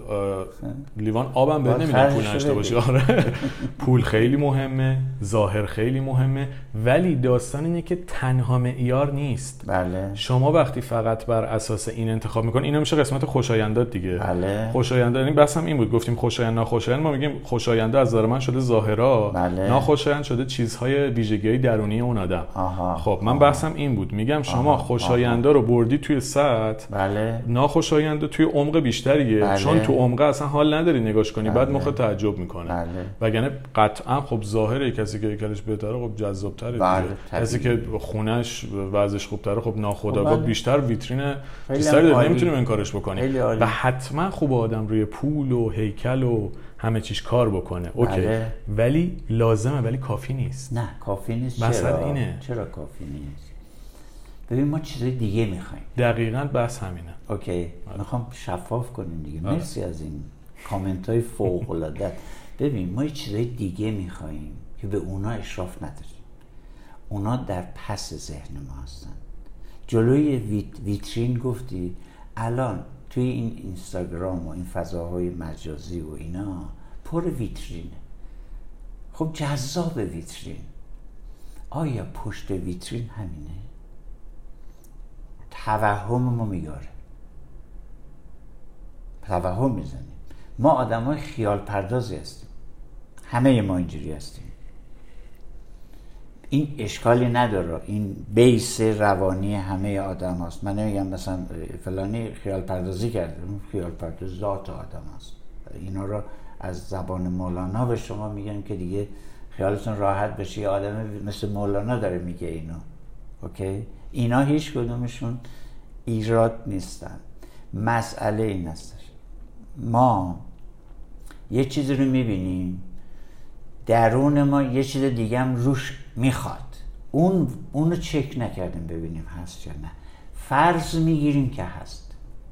لیوان آبم به نمیده پول نشته باشه. آره. پول خیلی مهمه، ظاهر خیلی مهمه، ولی داستان اینه که تنها معیار نیست. بله. شما وقتی فقط بر اساس این انتخاب میکنین، اینا میشه قسمت خوشایندات دیگه. بله. خوشایند یعنی بحثم این بود، گفتیم خوشایند ناخوشایند. ما میگیم خوشاینده از نظر من شده ظاهرا، بله. ناخوشایند شده چیزهای ویژگی‌های درونی اون آدم. خب من بحثم این بود، میگم شما خوشاینده رو بردی توی سطح، بله. ناخوشاینده توی عمق بیشتریه. بله. چون تو عمق اصلا حال نداری نگاش کنی. بله. بعد مخ تعجب میکنه. بله. وگرنه قطعا خب ظاهره کسی که هیکلش بهتره خب جذاب‌تره. بله. کسی که خونش وضعش خوبتره خب ناخودآگاه بله. بیشتر ویترین بیشتری داره، نمیتونیم انکارش بکنیم. و حتما خوب آدم روی پول و هیکل و همه چیز کار بکنه. اوکی. بله. ولی لازمه، ولی کافی نیست. نه کافی نیست. چرا اینه؟ چرا کافی نیست؟ ببین ما چیزای دیگه میخوایم. دقیقاً بحث همینه. اوکی. میخوام شفاف کنیم دیگه. مرسی از این کامنت های فوق العاده. ببین ما یه چیزای دیگه میخوایم که به اونا اشراف نداریم. اونا در پس ذهن ما هستن. جلوی ویترین گفتی، الان توی این اینستاگرام و این فضاهای مجازی و اینا پر ویترینه. خب جذاب ویترین، آیا پشت ویترین همینه؟ توهم ما میاره، توهم میزنیم. ما آدمای خیال پردازی هستیم، همه ما اینجوری هستیم. این اشکالی نداره، این بیس روانی همه آدم هست. من نمیگم مثلا فلانی خیال پردازی کرده، خیال پرداز ذات آدم هست. اینا رو از زبان مولانا به شما میگن که دیگه خیالتون راحت بشه، یه آدم مثل مولانا داره میگه اینو. اوکی؟ اینا هیچ کدومشون ایراد نیستن. مسئله این هستش، ما یه چیزی رو میبینیم، درون ما یه چیز دیگه هم روش میخواد، اونو چک نکردیم ببینیم هست یا نه. فرض میگیریم که هست.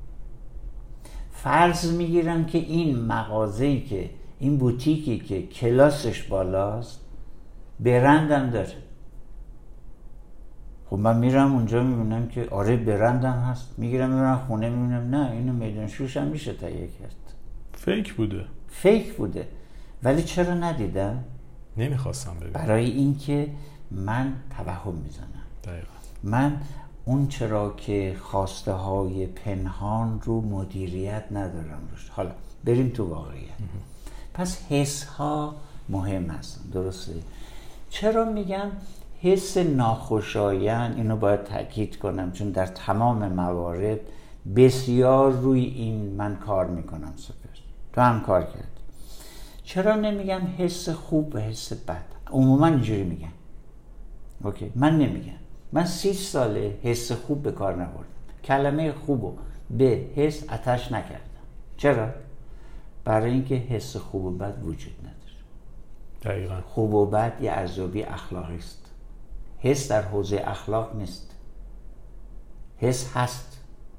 فرض میگیرم که این مغازه‌ای که، این بوتیکی که کلاسش بالاست برندم داره. خب من میرم اونجا میبینم که آره برندم هست، میگیرم میبرم خونه میبینم نه، اینو میدون شوش هم میشه تهیه کرد. فیک بوده. ولی چرا ندیدم؟ نمیخواستم ببینم. برای اینکه من توهم میزنم. دقیقا. من اون چرا که خواسته های پنهان رو مدیریت ندارم روش. حالا بریم تو واقعیت. پس حس ها مهم هستن، درسته؟ چرا میگم حس ناخوشایند؟ اینو باید تاکید کنم چون در تمام موارد بسیار روی این من کار میکنم. سپر تو هم کار کرد. چرا نمیگم حس خوب و حس بد؟ عموما اینجوری میگم. اوکی، من نمیگم. من 30 ساله حس خوب به کار نبردم. کلمه خوبو به حس اتش نکردم. چرا؟ برای اینکه حس خوب و بد وجود نداره. دقیقاً. خوب و بد یه ارزیابی اخلاقی است. حس در حوزه اخلاق نیست. حس هست.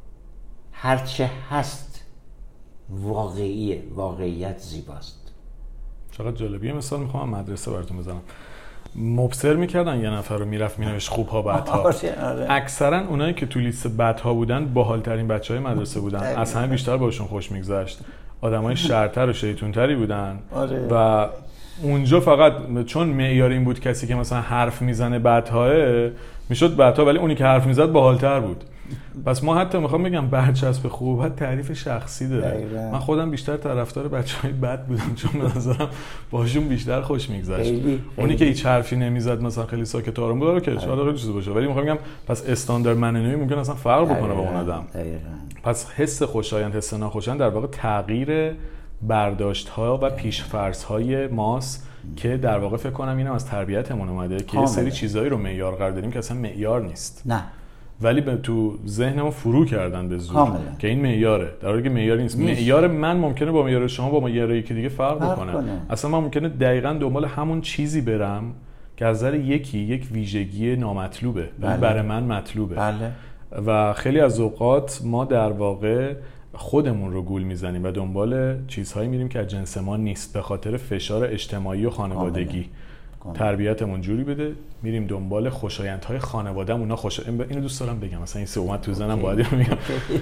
هرچه هست واقعیه. واقعیت زیباست. چقدر جالبیه. مثال میخوام مدرسه براتون بزنم. مبصر میکردن یه نفر رو میرفت مینوشت خوب ها بد ها. اکثرا اونایی که تو لیست بد ها بودن باحال ترین بچهای مدرسه بودن. از همه بیشتر باشون خوش میگذشت. آدمای شرطر و شیطونتری بودن. و اونجا فقط چون معیار این بود کسی که مثلا حرف میزنه بدها میشد بدها، ولی اونی که حرف میزد باحالتر بود. پس ما حتی میخوام بگم برچسب خوب و بد تعریف شخصی داره. من خودم بیشتر طرفدار بچهای بد بودم چون به نظرم باشون بیشتر خوش میگذشت. اونی که هیچ حرفی نمیزد مثلا خیلی ساکت و آروم بود که شاید خیلی چیز باشه، ولی میخوام بگم پس استاندارد مننوی ممکن اصلا فرق بکنه با اون آدم. پس حس خوشایند حس ناخوشایند در واقع تغییر برداشت‌ها و پیش‌فرض‌های ماست که در واقع فکر کنم اینم از تربیتمون اومده که یه سری چیزایی رو معیار قرار دادیم که اصلا معیار نیست. نه. ولی تو ذهنمون فرو کردن به زور که این معیاره، در حالی که معیار نیست. معیار من ممکنه با معیار شما با معیار یکی دیگه فرق بکنه. اصلا من ممکنه دقیقاً دنبال همون چیزی برم که از نظر یک ویژگی نامطلوبه ولی برای من مطلوبه. بله. و خیلی از اوقات ما در واقع خودمون رو گول میزنیم و دنبال چیزهایی میریم که از جنس ما نیست به خاطر فشار اجتماعی و خانوادگی. تربیتمون جوری بده میریم دنبال خوشایندهای خانواده‌مون. اینو دوست دارم بگم، مثلا این سه اومد تو زنم باید میگم.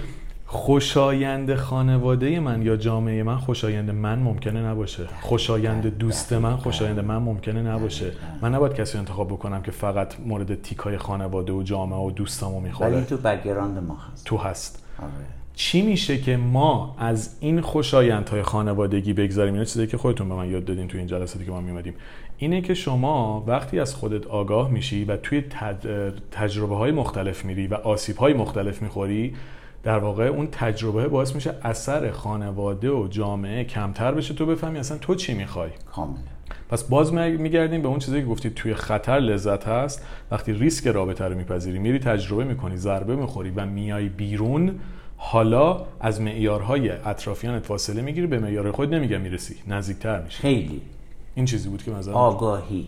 خوشایند خانواده من یا جامعه من خوشایند من ممکنه نباشه. خوشایند دوست من خوشایند من ممکنه نباشه. من نباید کسی انتخاب بکنم که فقط مورد تیکای خانواده و جامعه و دوستامو میخوره. ولی تو بک‌گراند ما هست. تو هست. چی میشه که ما از این خوشایندهای خانوادگی بگذاریم؟ اینا چیزایی که خودتون به من یاد دادین تو این جلساتی که ما میومدیم. اینه که شما وقتی از خودت آگاه میشی و توی تجربه های مختلف میری و آسیب های مختلف میخوری، در واقع اون تجربه باعث میشه اثر خانواده و جامعه کمتر بشه، تو بفهمی اصلا تو چی میخوای. کاملا. پس باز میگردیم به اون چیزی که گفتید، توی خطر لذت هست. وقتی ریسک رابطه رو میپذیری، میری تجربه میکنی، ضربه میخوری و میای بیرون، حالا از معیارهای اطرافیانت فاصله میگیری، به معیارهای خود نمیگم میرسی، نزدیکتر میشی. خیلی این چیزی بود که مثلا آگاهی.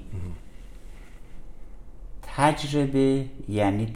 تجربه یعنی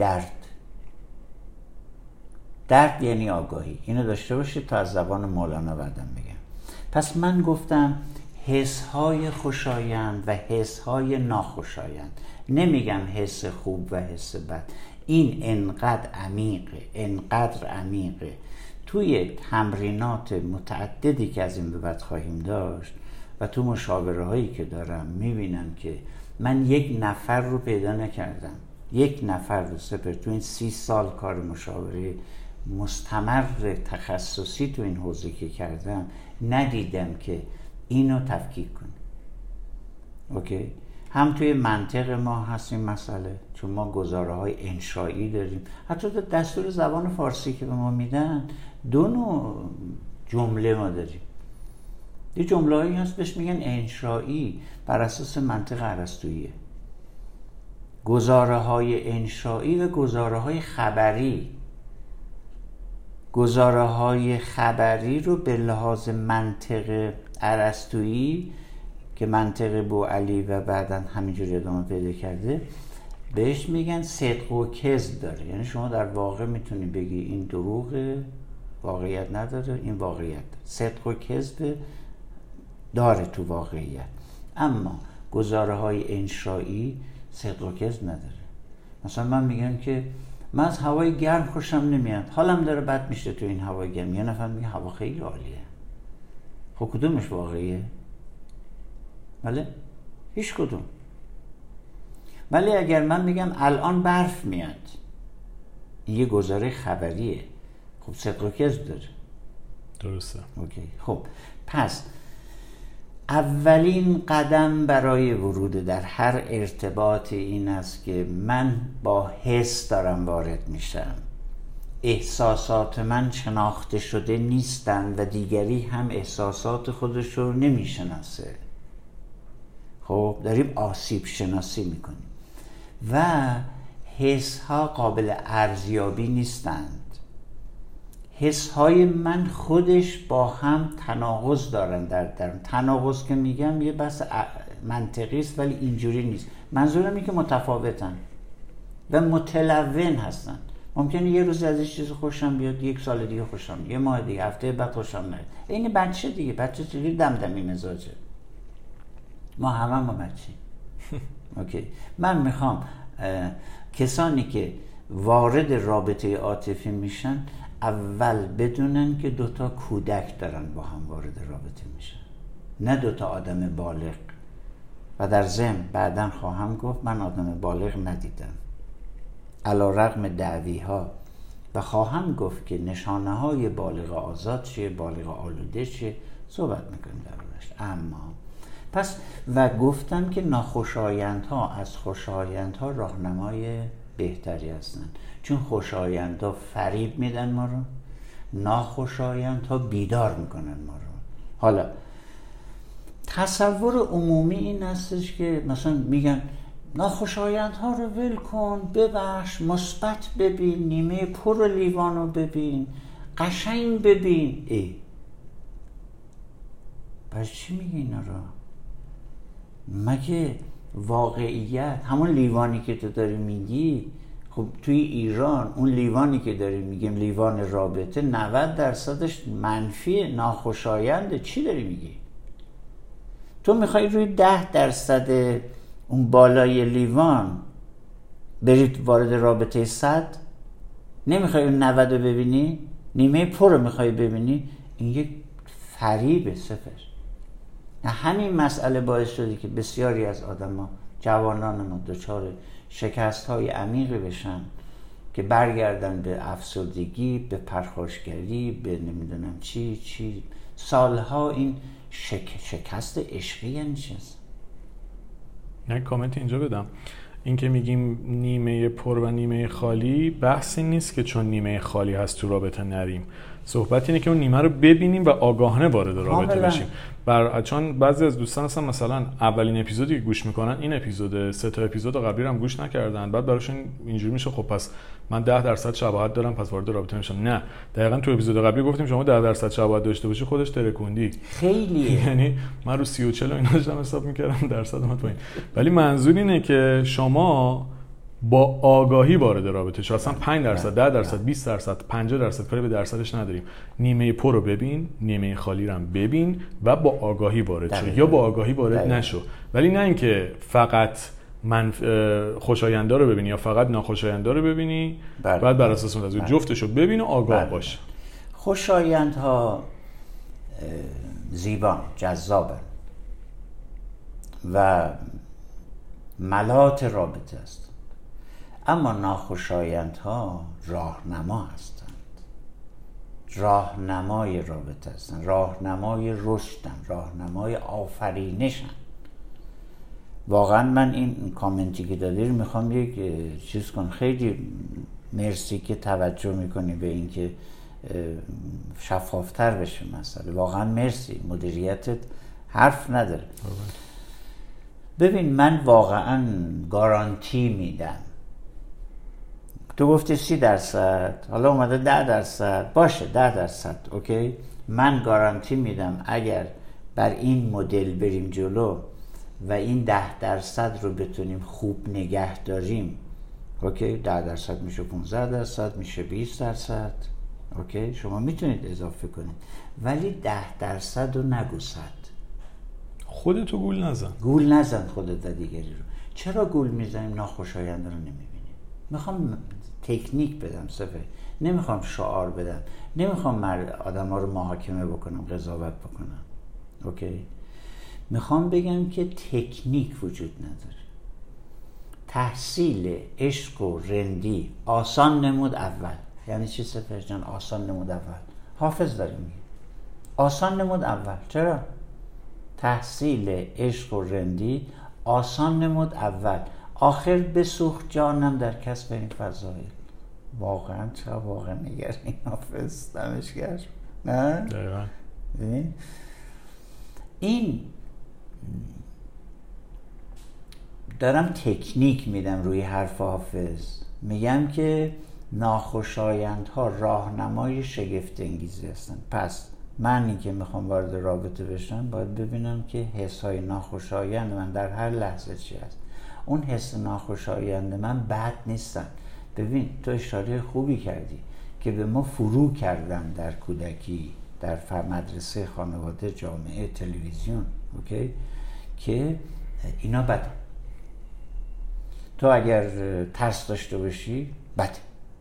درد یعنی آگاهی. اینو داشته باشید تا از زبان مولانا بعدم بگم. پس من گفتم حس‌های خوشایند و حس‌های ناخوشایند نمیگم حس خوب و حس بد. این انقدر عمیقه. توی تمرینات متعددی که از این به بعد خواهیم داشت و تو مشاوره هایی که دارم میبینم که من یک نفر رو پیدا نکردم، یک نفر رو سپر تو این 30 سال کار مشاوره مستمر تخصصی تو این حوزه که کردم ندیدم که اینو تفکیک کنه. اوکی؟ هم توی منطق ما هست این مسئله، چون ما گزاره های انشایی داریم. حتی در دستور زبان فارسی که به ما میدن 2 نوع جمله ما داریم. یه جمله هایی هست بهش میگن انشایی، بر اساس منطق ارسطویی. گزاره های انشایی و گزاره های خبری. گزاره های خبری رو به لحاظ منطق ارسطویی که منطق بوعلی و بعداً همینجوری ادامه پیدا کرده بهش میگن صدق و کذب داره. یعنی شما در واقع میتونی بگی این دروغه، واقعیت نداره، این واقعیت داره. صدق و کذب داره تو واقعیت. اما گزاره های انشایی صدق و کذب نداره. مثلا من میگم که من از هوای گرم خوشم نمیاد، حالم داره بد میشه تو این هوای گرم. یه نفر میگه هوا خیلی عالیه. خب کدومش واقعیه؟ بله؟ هیچ کدوم. ولی اگر من میگم الان برف میاد، این یه گزاره خبریه. خب صدق و کذب داره. درسته. اوکی. خب پس اولین قدم برای ورود در هر ارتباط این است که من با حس دارم وارد میشم. احساسات من شناخته شده نیستند و دیگری هم احساسات خودش رو نمیشناسه. خب داریم آسیب شناسی میکنیم و حس ها قابل ارزیابی نیستند. حس های من خودش با هم تناقض دارن. در تناقض که میگم یه بحث منطقی است، ولی اینجوری نیست. منظورم اینه که متفاوتن و متلون هستن. ممکنه یه روز از این چیز خوشم بیاد، یک سال دیگه خوشم، یه ماه دیگه، هفته بعد خوشم نیاد. این بچه دیگه، بچه چجوری دمدمی مزاجه. ما همه بچه‌ایم. اوکی. من میخوام کسانی که وارد رابطه عاطفی میشن اول بدونن که 2 کودک دارن با هم وارد رابطه میشن، نه 2 آدم بالغ. و در ضمن بعداً خواهم گفت من آدم بالغ ندیدم علی‌رغم دعوی‌ها، و خواهم گفت که نشانه های بالغ آزاد چیه، بالغ آلوده چیه، صحبت میکنیم دربارش. اما پس و گفتم که ناخوشایندها از خوشایندها راهنمای بهتری هستند، چون خوشایندها فریب میدن ما رو، ناخوشایندها بیدار میکنن ما رو. حالا تصور عمومی این هستش که مثلا میگن ناخوشایندها رو ول کن، ببخش، مثبت ببین، نیمه پر لیوان رو ببین، قشنگ ببین. پس چی میگی اینا رو؟ مگه واقعیت همون لیوانی که تو داری میگی، خب توی ایران اون لیوانی که داری میگیم لیوان رابطه 90% منفی، ناخوشاینده. چی داری میگی؟ تو میخوای روی 10% اون بالای لیوان برید وارد رابطه 100؟ نمیخوای اون 90 رو ببینی؟ نیمه پر رو میخوای ببینی؟ این یک فریبه صفر. همین مسئله باعث شده که بسیاری از آدم‌ها، جوانان ما دچار شکست‌های عمیقی بشن که برگردن به افسردگی، به پرخاشگری، به نمیدونم چی سالها این شکست عشقی یعنی چیز. یک کامنت اینجا بدم. این که میگیم نیمه پر و نیمه خالی، بحثی نیست که چون نیمه خالی هست تو رابطه نریم. صحبت اینه که اون نیمه رو ببینیم و آگاهانه وارد رابطه بشیم. چون بعضی از دوستان هستن مثلا اولین اپیزودی که گوش میکنن این اپیزود، 3 اپیزود قبلی رو هم گوش نکردن، بعد براشون اینجوری میشه خب پس من 10% شباهت دارم پس وارد رابطه میشم. نه، دقیقاً تو اپیزود قبلی گفتیم شما 10% شباهت داشته باشی خودش ترکوندی. خیلیه. یعنی من رو 30 و 40 اینا داشتم حساب میکردم درصد اومد پایین. ولی منظور اینه که شما با آگاهی وارد رابطه شو. اصلا 5%، 10%، 20%، 50% کاری به درصدش نداریم. نیمه پر رو ببین، نیمه خالی رو هم ببین و با آگاهی وارد شو یا با آگاهی وارد نشو. ولی نه اینکه فقط خوشاینده رو ببینی یا فقط ناخوشاینده رو ببینی. بله. بعد بر اساس اون جفتشو ببین و آگاه بله. باش. خوشایندها زیبان، جذابن و ملاط رابطه است، اما ناخوشایندها راهنما هستند، راهنمای رابطه هستند، راهنمای رشدن، راهنمای آفرینشن. واقعا من این کامنتی که دادی رو میخوام یک چیز کنم. خیلی مرسی که توجه میکنی به این که شفافتر بشه مسئله. واقعا مرسی، مدیریتت حرف نداره. ببین من واقعا گارانتی میدم. تو گفتی 30%، حالا اومده 10%، باشه 10%، اوکی. من گارانتی میدم اگر بر این مدل بریم جلو و این 10% رو بتونیم خوب نگه داریم، اوکی، 10% میشه 15%، میشه 20%، اوکی، شما میتونید اضافه کنید، ولی 10% رو نگوسد. خودتو گول نزن. گول نزن خودت و دیگری رو. چرا گول میزنیم؟ ناخوشایند رو نمیبینیم. میخوام تکنیک بدم صفر، نمیخوام شعار بدم، نمیخوام آدم ها رو محاکمه بکنم، قضاوت بکنم، اوکی. میخوام بگم که تکنیک وجود نداره. تحصیل عشق و رندی آسان نمود اول. یعنی چی سپهر جان آسان نمود اول؟ حافظ داره میگه آسان نمود اول. چرا؟ تحصیل عشق و رندی آسان نمود اول، آخر بسوخت جانم در کسب این فضایل. واقعا چه واقع نگر این حافظ، دمشگر. نه؟ دقیقا. این دارم تکنیک میدم روی حرف حافظ. میگم که ناخوشایندها راهنمای شگفت انگیزی هستن. پس من که میخوام وارد رابطه بشم باید ببینم که حسای ناخوشایند من در هر لحظه چی هست. اون حس ناخوشایند من بد نیستن. ببین تو اشاره خوبی کردی که به ما فرو کردن در کودکی، در مدرسه، خانواده، جامعه، تلویزیون، اوکی، که اینا بده. تو اگر ترس داشته باشی بده،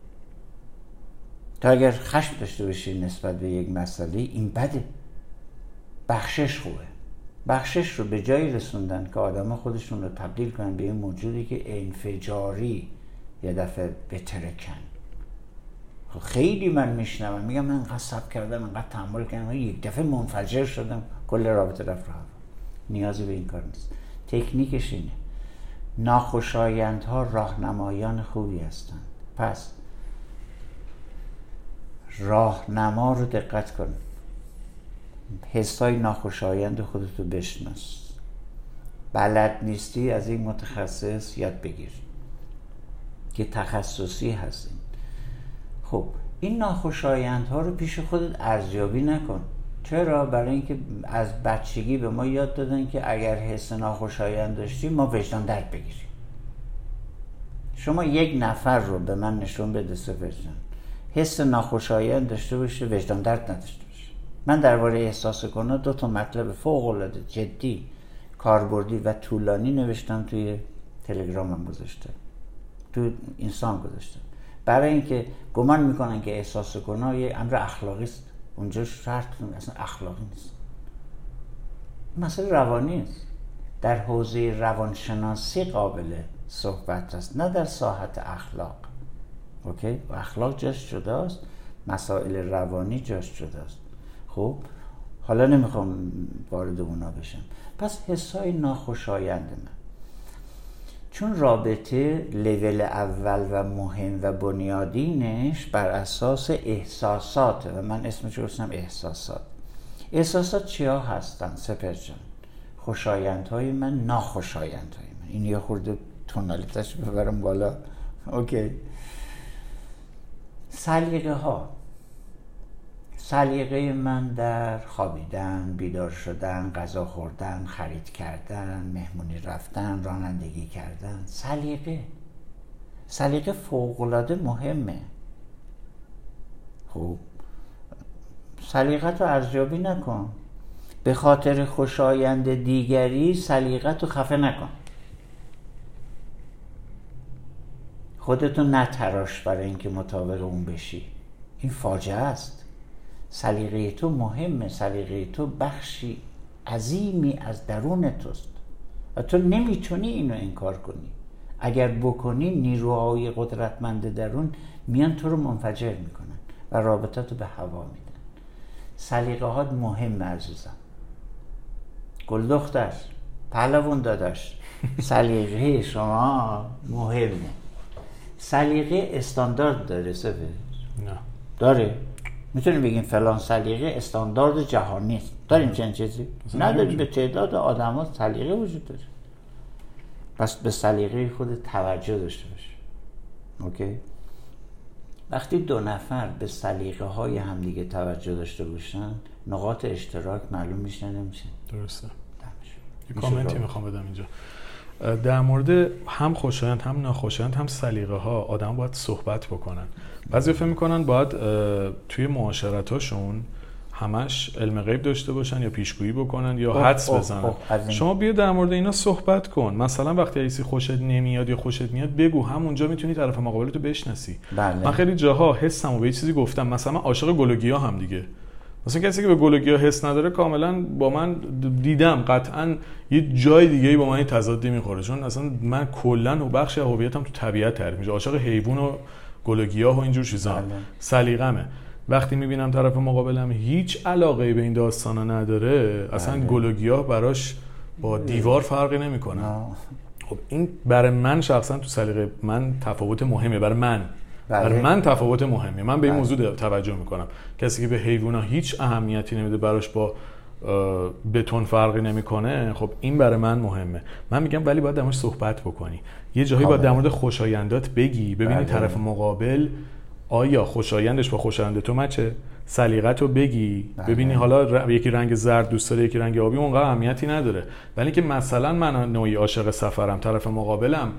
تو اگر خشم داشته باشی نسبت به یک مسئله این بده. بخشش خوبه. بخشش رو به جایی رسوندن که آدم خودشون رو تبدیل کنن به این موجودی که انفجاری یه دفعه بترکن. خیلی من میشنوم میگم من انقدر صبر کردم، انقدر تحمل کردم، یک دفعه منفجر شدم، کل رابطه رفت رو هوا. نیازی به این کار نیست. تکنیکش اینه. ناخوشایندها راهنمایان خوبی هستند. پس راهنما رو دقت کن. حسای ناخوشایند خودتو بشناس. بلد نیستی از این متخصص یاد بگیر که تخصصی هستیم. خب این ناخوشایندها رو پیش خودت ارزیابی نکن. چرا؟ برای اینکه از بچگی به ما یاد دادن که اگر حس ناخوشایند داشتیم ما وجدان درد بگیریم. شما یک نفر رو به من نشون بده سپهر جان حس ناخوشایند داشته باشه، وجدان درد نداشته باشه. من درباره احساس کنه 2 مطلب فوق العاده جدی، کاربردی و طولانی نوشتم، توی تلگرامم گذاشتم، تو اینستام گذاشتم، برای اینکه گمان میکنن که احساس کنه یه امر اخلاقی است. اونجا شرط اصلا اخلاقی نیست، مسئله روانی است. در حوزه روانشناسی قابل صحبت است، نه در ساحت اخلاق. اوکی؟ و اخلاق جاش جداست، مسائل روانی جاش جداست. خب حالا نمیخوام وارد اونا بشم. پس حسای ناخوشایند من، چون رابطه لول اول و مهم و بنیادینش بر اساس احساساته و من اسمش رو گذاشتم احساسات. احساسات چیا هستن سپهر جان؟ خوشایندهای من، ناخوشایندهای من. این یه خورده تونالیتش ببرم بالا. اوکی. سلیقه ها. سلیقه من در خوابیدن، بیدار شدن، غذا خوردن، خرید کردن، مهمونی رفتن، رانندگی کردن. سلیقه فوق‌العاده مهمه. خب سلیقت رو ارزیابی نکن. به خاطر خوشایند دیگری سلیقت رو خفه نکن. خودتو نتراش برای اینکه مطابق اون بشی. این فاجعه است. سلیقه تو مهمه، سلیقه تو بخشی عظیمی از درون توست و تو نمیتونی اینو انکار کنی. اگر بکنی نیروهای قدرتمند درون میان تو رو منفجر میکنن و رابطه تو به هوا میدن. سلیقه هات مهمه عزیزم. گل دختر، پهلوان داداش، سلیقه شما مهمه. سلیقه استاندارد داره سفر؟ نه. داره؟ میتونیم بگیم فلان سلیقه استاندارد جهانی است. داریم چنین چیزی؟ نداریم. به تعداد آدم ها سلیقه وجود داره. پس به سلیقه خود توجه داشته باش. اوکی؟ وقتی دو نفر به سلیقه های همدیگه توجه داشته باشن، نقاط اشتراک معلوم میشه نمیشه. درسته. یه کامنتی میخوام بدم اینجا در مورد هم خوشایند هم ناخوشایند هم سلیقه ها. آدم باید صحبت بکنن. بعضی فکر میکنن باید توی معاشرتاشون همش علم غیب داشته باشن یا پیشگویی بکنن یا حدس بزنن. شما بیا در مورد اینا صحبت کن. مثلا وقتی ایسی خوشت نمیاد یا خوشت میاد بگو، همونجا میتونی طرف مقابل تو بشناسی. من خیلی جاها حسمو به یه چیزی گفتم، مثلا من عاشق گل و گیاه هم دیگه. مثلا کسی که به گل و گیاه حس نداره کاملا با من دیدم قطعا یه جای دیگه‌ای با من این تضادی میخوره، چون اصلا من کلا و بخش هویتم تو طبیعت تعریف میشه. عاشق حیوان و گل و گیاه و اینجور چیزا سلیقه‌مه. وقتی میبینم طرف مقابلم هیچ علاقه‌ای به این داستانا نداره، اصلا گل و گیاه براش با دیوار فرقی نمیکنه. خب این برای من شخصا تو سلیقه من تفاوت مهمه. برای من تفاوت مهمه. من به این موضوع توجه میکنم. کسی که به حیوونا هیچ اهمیتی نمیده، براش با بتون فرقی نمیکنه، خب این برای من مهمه. من میگم ولی باید در موردش صحبت بکنی. یه جایی باید در مورد خوشایندات بگی، ببینی طرف مقابل آیا خوشایندش با خوشایند تو مچه، سلیقه‌تو بگی، ببینی حالا یکی رنگ زرد دوست داره یکی رنگ آبی، اونقدر اهمیتی نداره. ولی که مثلا من نوعی عاشق سفرم، طرف مقابلم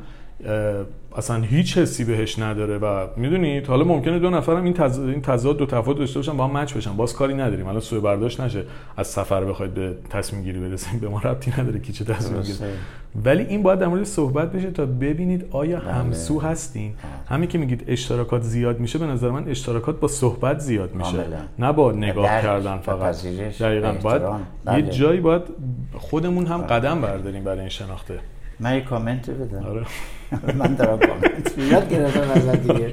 اصلا هیچ حسی بهش نداره و میدونید حالا ممکنه دو نفرم این تضاد دو تفاوت داشته باشن با هم مچ بشن، باز کاری نداریم. حالا سوء برداشت نشه از سفر بخواید به تصمیم گیری برسیم، به ما ربطی نداره کی چه تصمیم گیره. ولی این باید در مورد صحبت بشه تا ببینید آیا همسو هستین. همین که میگید اشتراکات زیاد میشه، به نظر من اشتراکات با صحبت زیاد میشه، نه با نگاه کردن فقط. دقیقاً باید یه جایی باید خودمون هم قدم برداریم برای این شناخته. من یه کامنت بدم. آره. من دارم کامنت یاد گرفتم ازت دیگه.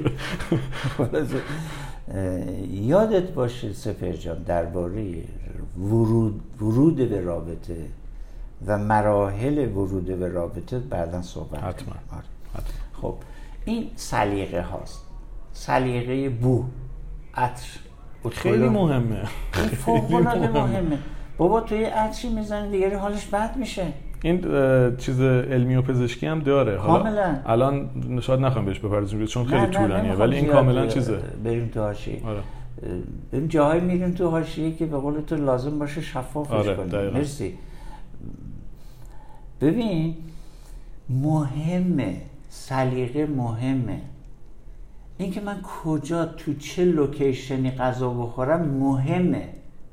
یادت باشه سپر جان درباره ورود به رابطه و مراحل ورود به رابطه بعداً صحبت حتما. خب این سلیقه هاست. سلیقه بو، عطر خیلی مهمه. فوق‌العاده مهمه. بابا توی عطری میزنی دیگری حالش بد میشه. این چیز علمی و پزشکی هم داره. حالا الان شاید نخوام بهش بپردازیم چون خیلی طولانیه، ولی این کاملا چیزه. بریم تو حاشیه. بریم جاهایی میریم تو حاشیه که به قول تو لازم باشه شفافش کنیم. مرسی. ببین مهمه، سلیقه مهمه. این که من کجا تو چه لوکیشنی غذا بخورم مهمه.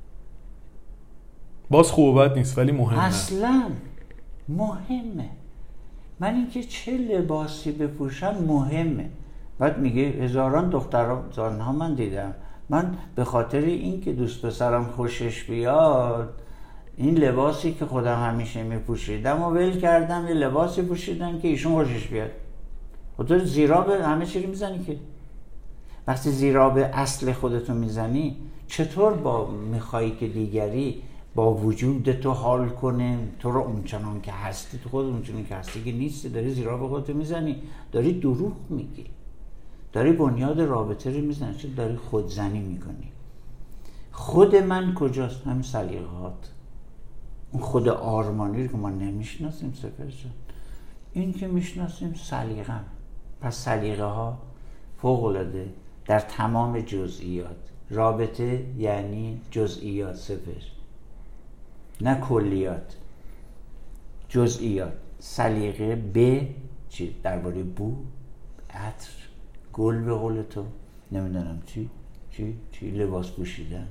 باز خوب و بد نیست ولی مهمه. اصلاً مهمه. من اینکه چه لباسی بپوشم مهمه. بعد میگه هزاران دخترها من دیدم، من به خاطر اینکه دوست پسرم خوشش بیاد این لباسی که خودم همیشه میپوشیدم و ول کردم، یه لباسی پوشیدم که ایشون خوشش بیاد. خب تو زیرا به همه چی میزنی که وقتی زیرا به اصل خودتو میزنی، چطور با میخوایی که دیگری با وجود تو حال کنه تو رو اونچنان که هستی، تو خود اونچنان که هستی که نیستی، داری زیرا به خودت میزنی، داری دروغ میگی، داری بنیاد رابطه رو میزنی، چون داری خودزنی میکنی. خود من کجاست؟ همین سلیقه‌هات، اون خود آرمانی رو که ما نمیشناسیم سپر جان، این که میشناسیم سلیقه‌ام. پس سلیقه ها فوق‌العاده در تمام جزئیات. رابطه یعنی جزئیات سپر، نه کلیات، جزئیات. سلیقه به چی؟ درباره بو، عطر، گل به قول تو، نمیدونم چی لباس پوشیدن،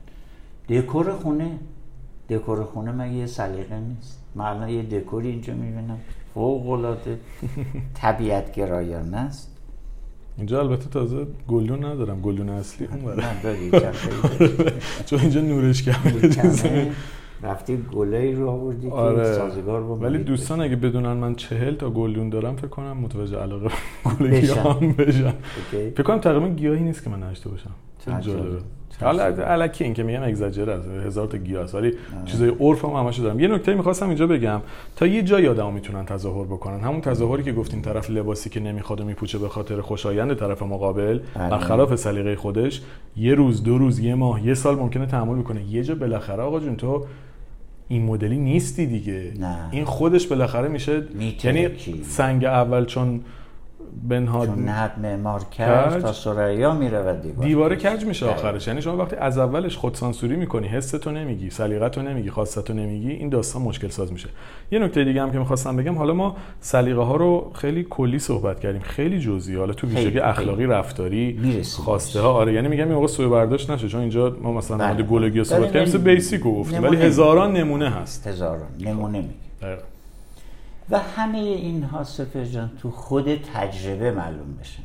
دکور خونه مگه یه سلیقه نیست؟ من الان یه دکوری اینجا میبینم فوق‌العاده طبیعت گرایانه است، اینجا البته تازه گلدون ندارم، گلدون اصلی اون برای من داری چون اینجا نورش کمه. رفتی گله‌ای رو آوردی آره. که سازگار با ولی دوستان اگه بدونن من 40 تا گلدون دارم فکر کنم متوجه علاقه گل گیاهام بشن. فکر کنم تقریبا گیاهی نیست که من نداشته باشم. جالبه. حالا الکی این که میگم اگزاجره است، 1000 تا گیاه است، ولی چیزای عرفم همش دارم. یه نکته می‌خواستم اینجا بگم، تا یه جای آدمو میتونن تظاهر بکنن، همون تظاهری که گفتیم طرف لباسی که نمیخواد و میپوشه به خاطر خوشایند طرف مقابل برخلاف سلیقه خودش، یه روز، 2 روز، 1 ماه، 1 سال ممکنه تحمل بکنه. یه جا بالاخره آقا جون تو این مدلی نیستی دیگه. نه. این خودش بالاخره میشه، یعنی سنگ اول چون بنهاد چون نهد معمار کرد تا ثریا میره و دیواره کج میشه آخرش. یعنی شما وقتی از اولش خودسانسوری میکنی، حستو نمیگی، سلیقتو نمیگی، خواستتو نمیگی، این داستان مشکل ساز میشه. یه نکته دیگه هم که میخواستم بگم، حالا ما سلیقه ها رو خیلی کلی صحبت کردیم، خیلی جزئی، حالا تو ویژگی اخلاقی، رفتاری، خواسته ها. آره یعنی میگم این موقع سوء برداشت نشه، چون اینجا ما مثلا در مورد گلگی صحبت کردیم، مثل بیسیکو گفتیم، ولی هزاران نمونه هست. هزاران نمونه میگی. و همه اینها سپهر جان تو خود تجربه معلوم بشه.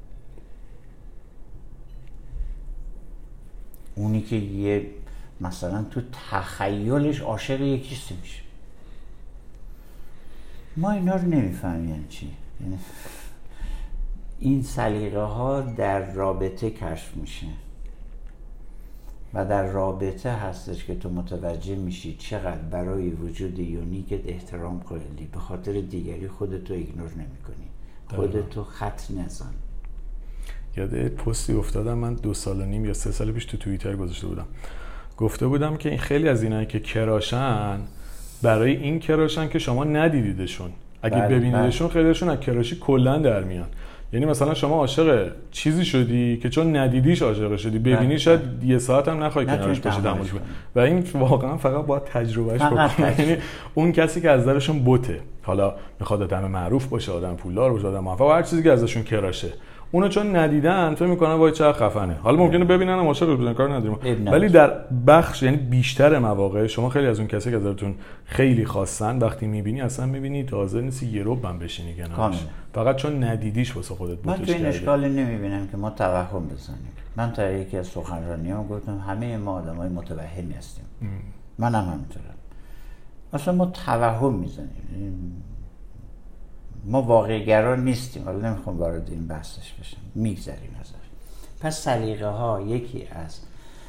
اونی که یه مثلا تو تخیلش عاشق یکیسی میشه، ما اینا رو نمیفهمیم یعنی چی. یعنی این سلیقه ها در رابطه کشف میشه و در رابطه هستش که تو متوجه میشی چقدر برای وجود یونیکت احترام قائلی، به خاطر دیگری خودتو ایگنور نمی‌کنی، خودتو خط نزن. یاد پستی افتادم من 2 سال و نیم یا 3 سال پیش تو توییتر گذاشته بودم، گفته بودم که این خیلی از اینایی که کراشن برای این کراشن که شما ندیدیدشون، اگه ببینیدشون خیلیشون از کراشی کلا در میان. یعنی مثلا شما عاشق چیزی شدی که چون ندیدیش عاشق شدی، ببینی شاید 1 ساعت هم نخوای کنارش باشی تحملش کنی، و این واقعا فقط باید تجربهش بکنی. یعنی اون کسی که از درشون بوته، حالا میخواد آدم معروف باشه، آدم پولدار باشه، آدم موفق، هر چیزی که ازشون کراشه، اونو چون ندیدن فکر میکنن وای چقدر خفنه. حالا ممکنه ببینن هم عاشقش بشن، کار نداریم، ولی در بخش، یعنی بیشتر مواقع شما خیلی از اون کسی که ازتون خیلی خواستن وقتی میبینی اصلا میبینی حاضر نیستی یه ربع هم بشینی کنارش، فقط چون ندیدیش واسه خودت بوتش کردی. من تو این اشکالی نمیبینم که ما توهم بزنیم. من تا یکی از سخنرانیام گفتم همه ما آدمای متوهمی هستیم. منم همینطورم. اصلا ما توهم میزنیم، ما واقع‌گرا نیستیم. حالا نمیخوام وارد این بحثش بشم، میگذریم ازش. پس سلیقه ها یکی از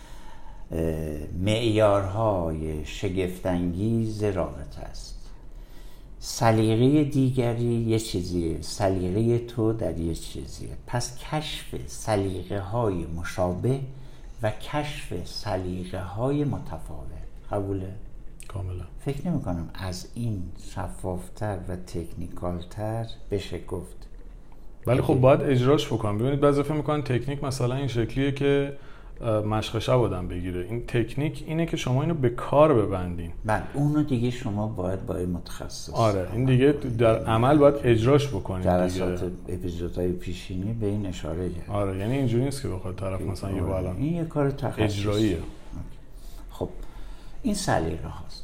معیارهای شگفت‌انگیز رابطه است. سلیقه دیگری یه چیزیه، سلیقه تو در یه چیزیه. پس کشف سلیقه های مشابه و کشف سلیقه های متفاوت. قبوله؟ کاملا. فکر نمی کنم از این شفافتر و تکنیکالتر بشه گفت. ولی خب باید اجراش بکنم. ببینید بعضی فکر میکنن تکنیک مثلا این شکلیه که مشق شب آدم بگیره. این تکنیک اینه که شما اینو به کار ببندین. بله اونو دیگه شما باید با متخصص. آره این دیگه در عمل باید اجراش بکنید. جلسات اپیزودهای پیشینی به این اشاره کرد. آره یعنی اینجوری نیست که بخواد طرف مثلا یه الان این یه کار تخصصی اجراییه. خب این سلیقه هاست.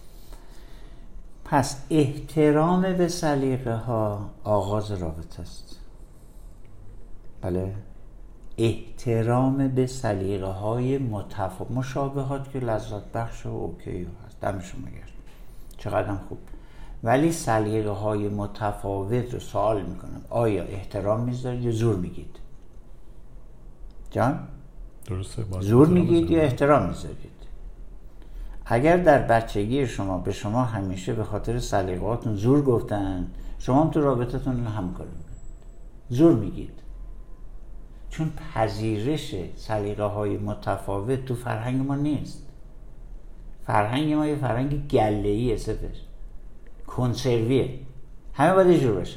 پس احترام به سلیقه ها آغاز رابطه است. بله، احترام به سلیقه های مشابهات که لذت بخش و اوکی هست، دمشون میگرد، چقدر خوب. ولی سلیقه های متفاوت رو سوال میکنم، آیا احترام میذارید یا زور میگید؟ جان؟ درسته. زور میگید یا احترام میذارید؟ اگر در بچگی شما به شما همیشه به خاطر سلیقه‌هاتون زور گفتن، شما هم تو رابطتون همکاری میکنید، زور میگید. چون پذیرش سلیقه های متفاوت تو فرهنگ ما نیست. فرهنگ ما یه فرهنگ گله‌ایه، کنسرویه، همه باید جور باشن.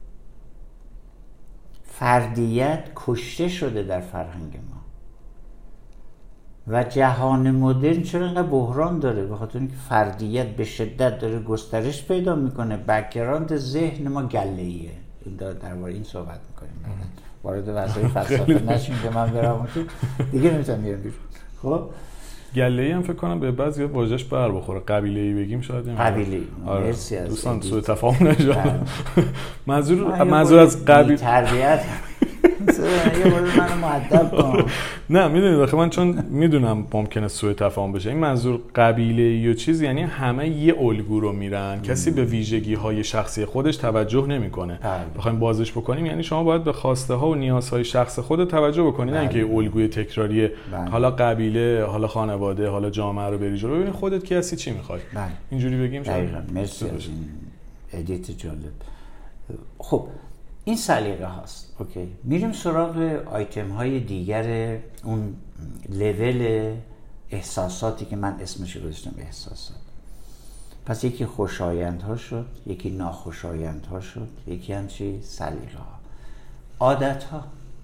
فردیت کشته شده در فرهنگ ما و جهان مدرن چرا اینقدر بحران داره؟ به خاطر اینکه فردیت به شدت داره گسترش پیدا میکنه، بک‌گراند ذهن ما گله‌ایه. درباره این صحبت میکنیم، وارد وسایل فلسفه نشیم که من برام دیگه نمیتونم بیارم بیرون. خب گله‌ای هم فکر کنم به بعضی واژه‌اش بر بخوره، قبیله‌ای بگیم شاید. قبیله‌ای. مرسی از دوستان سوء تفاهم نشه. منظور از قبیل تربیت یه بار منو مؤدب کن. نه میدونید آخه من چون میدونم ممکنه سوء تفاهم بشه، این منظور قبیله یا چیز یعنی همه یه الگو رو میرن، کسی به ویژگی های شخصی خودش توجه نمیکنه. بخوایم بازش بکنیم یعنی شما باید به خواسته ها و نیازهای شخص خودت توجه بکنید، نه اینکه الگوی تکراری حالا قبیله، حالا خانواده، حالا جامعه رو بری جلو. ببین خودت کی هستی، چی میخوای. اینجوری بگیم. دقیقاً. مرسی از این ادیت جالب. خب این سلیقه هاست. اوکی، میریم سراغ آیتم های دیگر اون لول احساساتی که من اسمش گذاشتم احساسات. پس یکی خوشایند ها شد، یکی ناخوشایند ها شد، یکی هم چی؟ سلیقه ها. عادت ها.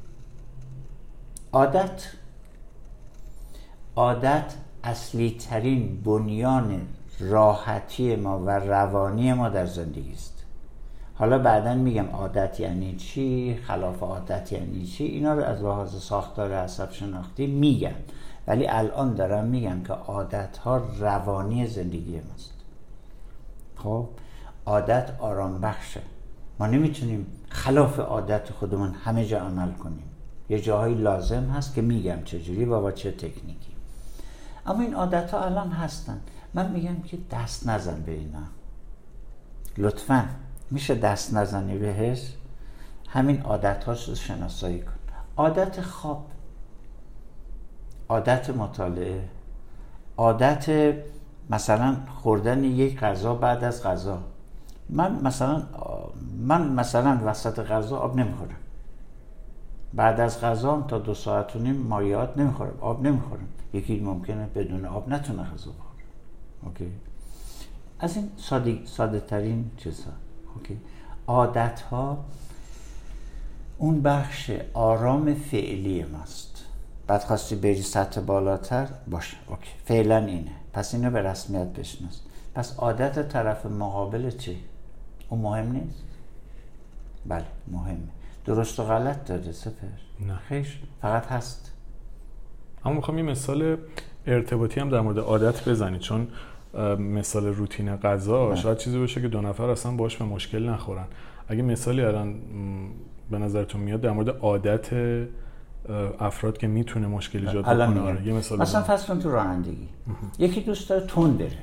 عادت اصلی ترین بنیان راحتی ما و روانی ما در زندگی است. حالا بعداً میگم عادت یعنی چی، خلاف عادت یعنی چی، اینا رو از لحاظ ساختار عصب شناختی میگم، ولی الان دارم میگم که عادت ها روانی زندگی ماست. خب عادت آرام بخشه. ما نمیتونیم خلاف عادت خودمون همه جا عمل کنیم. یه جاهایی لازم هست که میگم چجوری و با چه تکنیکی. اما این عادت ها الان هستن. من میگم که دست نزن به اینا. لطفاً میشه دست نزنی بهش. همین عادت هاش رو شناسایی کن. عادت خواب، عادت مطالعه، عادت مثلا خوردن یک غذا بعد از غذا. من مثلا وسط غذا آب نمیخورم. بعد از غذا تا 2 ساعت و نیم مایعات نمیخورم، آب نمیخورم. یکی ممکنه بدون آب نتونه غذا بخوره. اوکی، از این ساده ترین چیزا. اوکی، عادت ها اون بخش آرام فعلی ماست. بعد خواستی بری سطح بالاتر باشه. اوکی، فعلا اینه. پس اینو به رسمیت بشناس. پس عادت طرف مقابل چی؟ اون مهم نیست؟ بله مهمه. درست و غلط داره سپر؟ نه خیر، فقط هست. اما میخوام یه مثال ارتباطی هم در مورد عادت بزنید، چون مثال روتین غذا شاید چیزی باشه که 2 نفر اصلا باش به مشکل نخورن. اگه مثالی الان به نظرتون میاد در مورد عادت افراد که میتونه مشکل ایجاد کنه، یه مثال مثلا فرض کن تو رانندگی یکی دوست داره تند بره،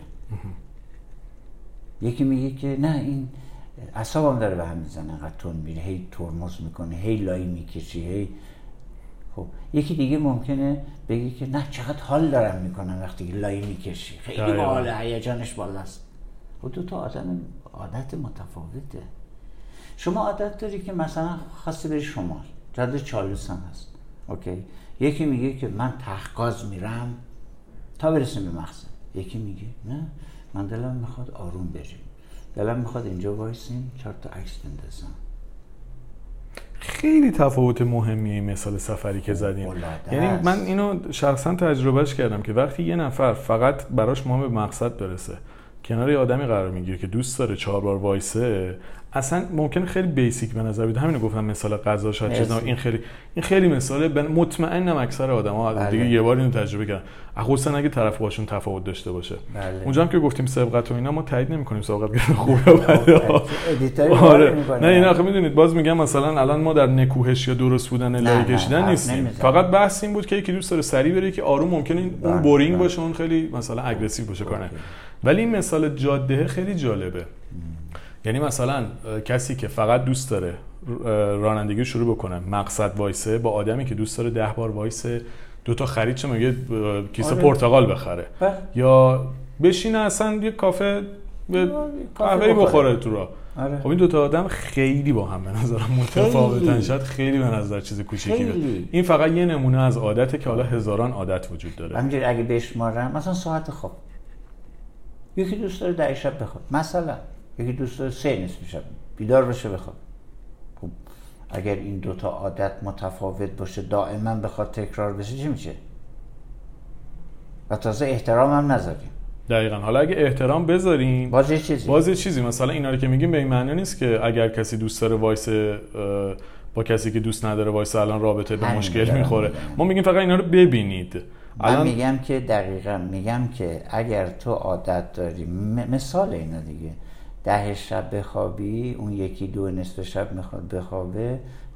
یکی میگه که نه این اعصابم داره به هم میزنه انقدر تند میره، هی ترمز میکنه، هی لای میکشی، هی. خب یکی دیگه ممکنه بگه که نه چقدر حال دارم میکنم وقتی که لای میکشی، خیلی باحال، هیجانش بالاست. خب 2 تا عادت متفاوته. شما عادت داری که مثلا خواستی بری شمال، جاده چالوس هم هست. اوکی، یکی میگه که من تخگاز میرم تا برسیم به مقصد. یکی میگه نه من دلم میخواد آروم بریم، دلم میخواد اینجا وایسیم 4 تا عکس بندازم. خیلی تفاوت مهمیه این مثال سفری که زدیم. یعنی من اینو شخصا تجربهش کردم که وقتی یه نفر فقط براش مهم به مقصد برسه، کنار یه آدمی قرار میگیره که دوست داره 4 بار وایسه، اصلا ممکنه خیلی بیسیک به نظر بیاد. همینو گفتم مثال غذا شاید چیزا، این خیلی مثاله. مطمئنم اکثر آدما دیگه یه بار اینو تجربه کردن، خصوصا اگه طرف باشون تفاوت داشته باشه. اونجا هم که گفتیم سبقت و اینا ما تایید نمی‌کنیم سبقت گرفتن خوبه بده. نه اینا آخه میدونید باز میگم مثلا الان ما در نکوهش یا درست بودن لای کشیدن نیستیم، فقط بحث این بود که یکی دوست داره سریع بره که آروم، ممکنه اون بورینگ باشه، اون خیلی مثلا اگریسیو باشه کنه. ولی این مثال جاده خیلی جالبه. یعنی مثلا کسی که فقط دوست داره رانندگی شروع بکنه، مقصد وایسه، با آدمی که دوست داره 10 بار وایسه 2 تا خرید چه میگه کیسه پرتقال بخره یا بشینه اصلا یه کافه قهوه‌ای بخوره تو راه. خب این 2 تا آدم خیلی با هم به نظرم متفاوتن، شاید خیلی به نظر چیز کوچیکی باشه. این فقط یه نمونه از عادته که حالا هزاران عادت وجود داره. همینجوری اگه بشمارم مثلا ساعت خواب، یکی دوست داره 10 شب بخواد مثلا، یکی دوست داره 3 نصف شب بیدار بشه بخواد. خب اگر این 2 تا عادت متفاوت باشه دائما بخواد تکرار بشه چی میشه؟ و تازه احترام هم نذاریم. دقیقاً. حالا اگه احترام بذاریم باز یه چیزی مثلا اینا رو که میگیم به این معنی نیست که اگر کسی دوست داره وایسه با کسی که دوست نداره وایسه الان رابطه به مشکل میخوره. ما میگیم فقط اینا رو ببینید. من میگم که دقیقاً میگم که اگر تو عادت داری، مثال اینا دیگه، 10 شب بخوابی، اون یکی 2 نصف شب میخواد بخوابه،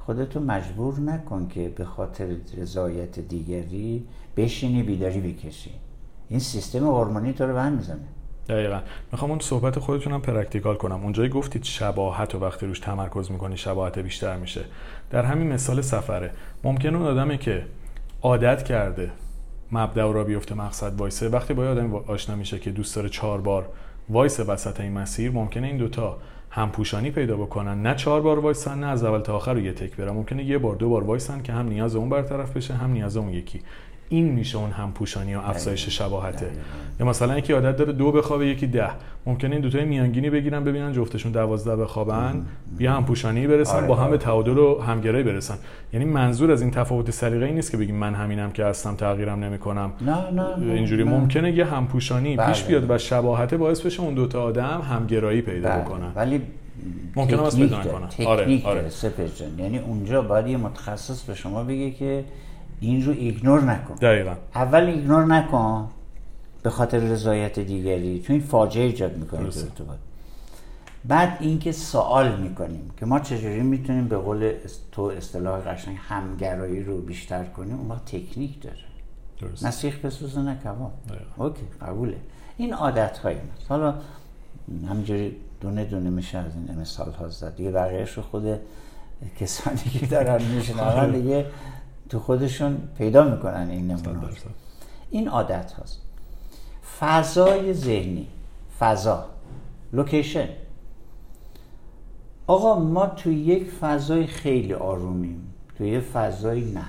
خودتو مجبور نکن که به خاطر رضایت دیگری بشینی بیداری بکشی. این سیستم هورمونی تو رو به هم میزنه. دقیقاً. میخوام اون صحبت خودتونم پرکتیکال کنم. اونجایی گفتید شباهت و وقتی روش تمرکز میکنی شباهت بیشتر میشه. در همین مثال سفره ممکنه اون آدمی که عادت کرده مبدأ را بیفته مقصد وایسه، وقتی با آدمی آشنا میشه که دوست داره 4 بار وایسه وسط این مسیر، ممکنه این دوتا هم پوشانی پیدا بکنن، نه 4 بار وایسن نه از اول تا آخر رو یه تک برن، ممکنه 1 بار 2 بار وایسن که هم نیاز اون برطرف بشه هم نیاز اون یکی. این میشه اون هم پوشانی و افزایش شباهته. یا مثلا یکی عادت داره 2 بخوابه یکی 10، ممکنه این دوتای میانگینی بگیرن ببینن جفتشون 12 بخوابن، بیا هم پوشانی برسن، با هم به تعادل و همگرایی برسن. یعنی منظور از این تفاوت سلیقه‌ای نیست که بگیم من همینم که هستم تغییرم نمی‌کنم. نه اینجوری ممکنه یه هم پوشانی پیش بیاد و شباهت باعث بشه اون دوتا آدم همگرایی پیدا بکنن. ولی ممکنه واسه پیدا نکنن. آره سپر جان، یعنی اونجا باید یه متخصص به شما بگه که این رو ایگنور نکن. دقیقاً. اول ایگنور نکن به خاطر رضایت دیگری، چون این فاجعه ایجاد میکنه. بعد اینکه سوال میکنیم که ما چجوری میتونیم به قول تو اصطلاح قشنگ همگرایی رو بیشتر کنیم، اون وقت تکنیک داره. درست. نه سیخ بسوزه نه کباب. اوکی قبوله. این عادت های ماست. حالا همینجوری دونه دونه میشه از این مثال ها زد دیگه، بقیه‌اش رو خود کسانی که دارن میشنون دیگه تو خودشون پیدا میکنن این نمونه. این عادت هاست. فضای ذهنی، فضا، لوکیشن. آقا ما تو یک فضای خیلی آرومیم، تو یک فضای نه.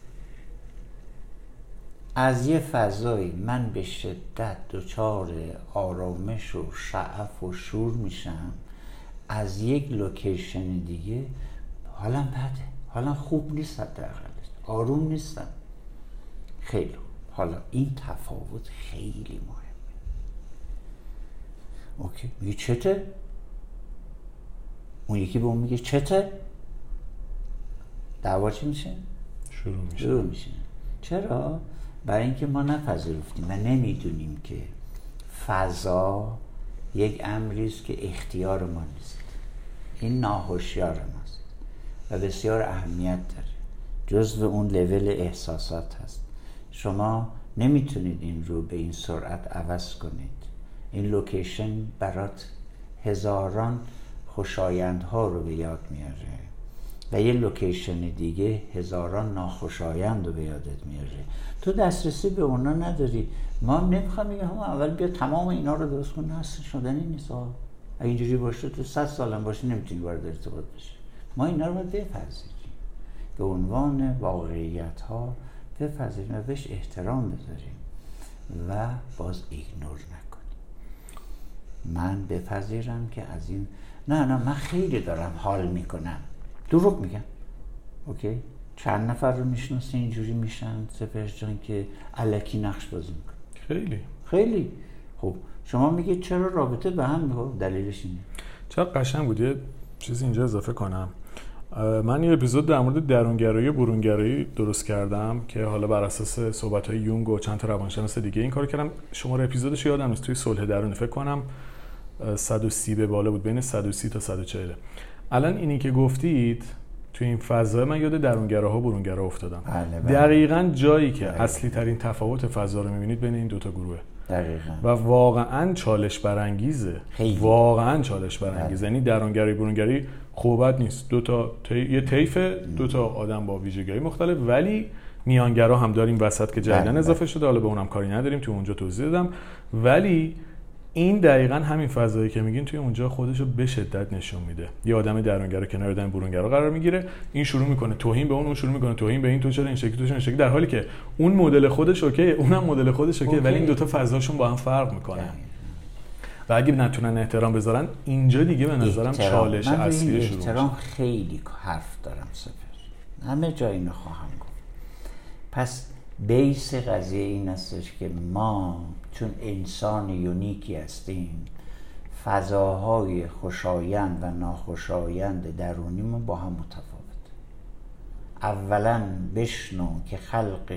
از یه فضایی من به شدت دچار آرامش و شعف و شور میشم، از یک لوکیشن دیگه حالم بده، حالم خوب نیست، حداقل آروم نیستم. خیلی حالا این تفاوت خیلی مهمه. اوکی میگه چته؟ اون یکی به اون میگه چته؟ دعوا چی میشه؟ شروع میشه. چرا؟ برای اینکه ما نپذیرفتیم و نمیدونیم که فضا یک امری است که اختیار ما نیست، این ناهوشیار ماست و بسیار اهمیت داره، جزو اون لول احساسات هست. شما نمیتونید این رو به این سرعت عوض کنید. این لوکیشن برات هزاران خوشایندها رو به یاد میاره و یه لوکیشن دیگه هزاران ناخوشایند رو به یادت میاره. تو دسترسی به اونا نداری. ما نمیخوام میگم اول بیا تمام اینا رو درست کن، اصلا شدنی نیست. اگه اینجوری باشه تو 100 سالم باشه نمیتونی وارد ارتباط بشی. ما اینا رو باید بپذیریم، به عنوان واقعیت ها بپذیریم و بهش احترام بذاریم و باز ایگنور نکنیم. من بپذیرم که از این نه من خیلی دارم حال میکنم، دروغ میگم. اوکی؟ چند نفر رو میشناسی اینجوری میشن سپهر جان که الکی نقش بازی میکنن؟ خیلی. خب شما میگید چرا رابطه به هم میخوره؟ دلیلش اینه. چرا قشنگ بود. یه چیزی اینجا اضافه کنم. من یه اپیزود در مورد درونگرایی و برونگرایی درست کردم که حالا بر اساس صحبت‌های یونگ و چند تا روانشناس دیگه این کارو کردم. شماره اپیزودش یادم نیست، توی صلح درونی فکر کنم 130 به بالا بود، بین 130 تا 140. الان اینی که گفتید توی این فضا من یاد درونگراها برونگرا افتادم. بله. دقیقاً جایی که اصلی ترین تفاوت فضا رو می‌بینید بین این دوتا گروهه. دقیقاً. و واقعاً چالش برانگیزه. واقعاً چالش برانگیزه. یعنی درونگرایی برونگرایی خوبت نیست. یه طیف دوتا آدم با ویژگی‌های مختلف، ولی میانگرا هم داریم وسط که جدیداً اضافه شده، حالا به اونم کاری نداریم، تو اونجا توضیح دادم. ولی این دقیقاً همین فضایی که میگین توی اونجا خودشو به شدت نشون میده. یه آدم درونگرا کنار آدم برونگرا قرار میگیره، این شروع میکنه توهین به اون شروع میکنه توهین به این، تو چرا این شکلی تو چرا این شکلی، در حالی که اون مدل خودش اوکی، اونم مدل خودش اوکی، ولی این دوتا فضاشون با هم فرق میکنه. و اگه نتونن احترام بذارن، اینجا دیگه به نظرم چالش اصلی شروع میشه. احترام خیلی حرف دارم سپهر، همه جا اینو خواهم گفت. پس بیس قضیه این هستش که ما چون انسان یونیکی هستیم، فضاهای خوشایند و ناخوشایند درونیمون با هم متفاوت. اولا بشنو که خلق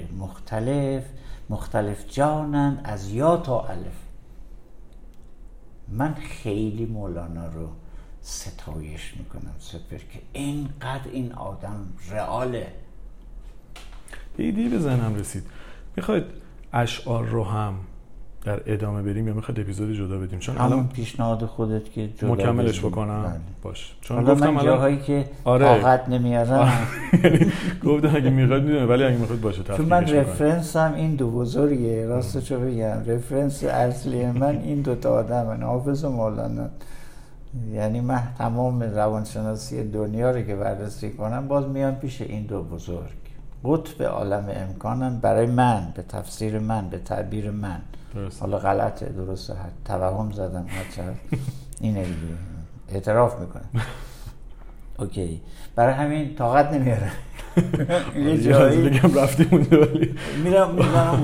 مختلف جانند از یا تا الف. من خیلی مولانا رو ستایش میکنم سپر که اینقدر این آدم رئاله. ایدی به ذهنم رسید، میخواید اشعار رو هم در ادامه بریم یا میخواید اپیزود جدا بدیم؟ چون الان پیشنهاد خودت که جدا مکملش بکنم. باش، چون گفتم من جاهایی که طاقت نمیارم گفتم اگه میخواد میدونه، ولی اگه میخواد باشه تفکیکش چون من میکنم. رفرنسم این دو بزرگه، راستشو بگم رفرنس اصلی من این دو تا آدمن، حافظ و مولانا. یعنی من تمام روانشناسی دنیا رو که بررسی کنم باز میام پیش این دو بزرگ، قطب عالم امکانن برای من، به تفسیر من، به تعبیر من. درست. حالا غلطه درسته، توهم زدم هرچند اینه دیگه، اعتراف میکنم. اوکی، برای همین طاقت نمیاره. یه جایی بگم رفتیم اونجا ولی میرم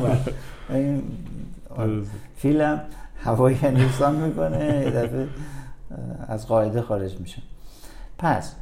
فیلم هوایی هندوستان میکنه، یه دفعه از قاعده خارج میشه. پس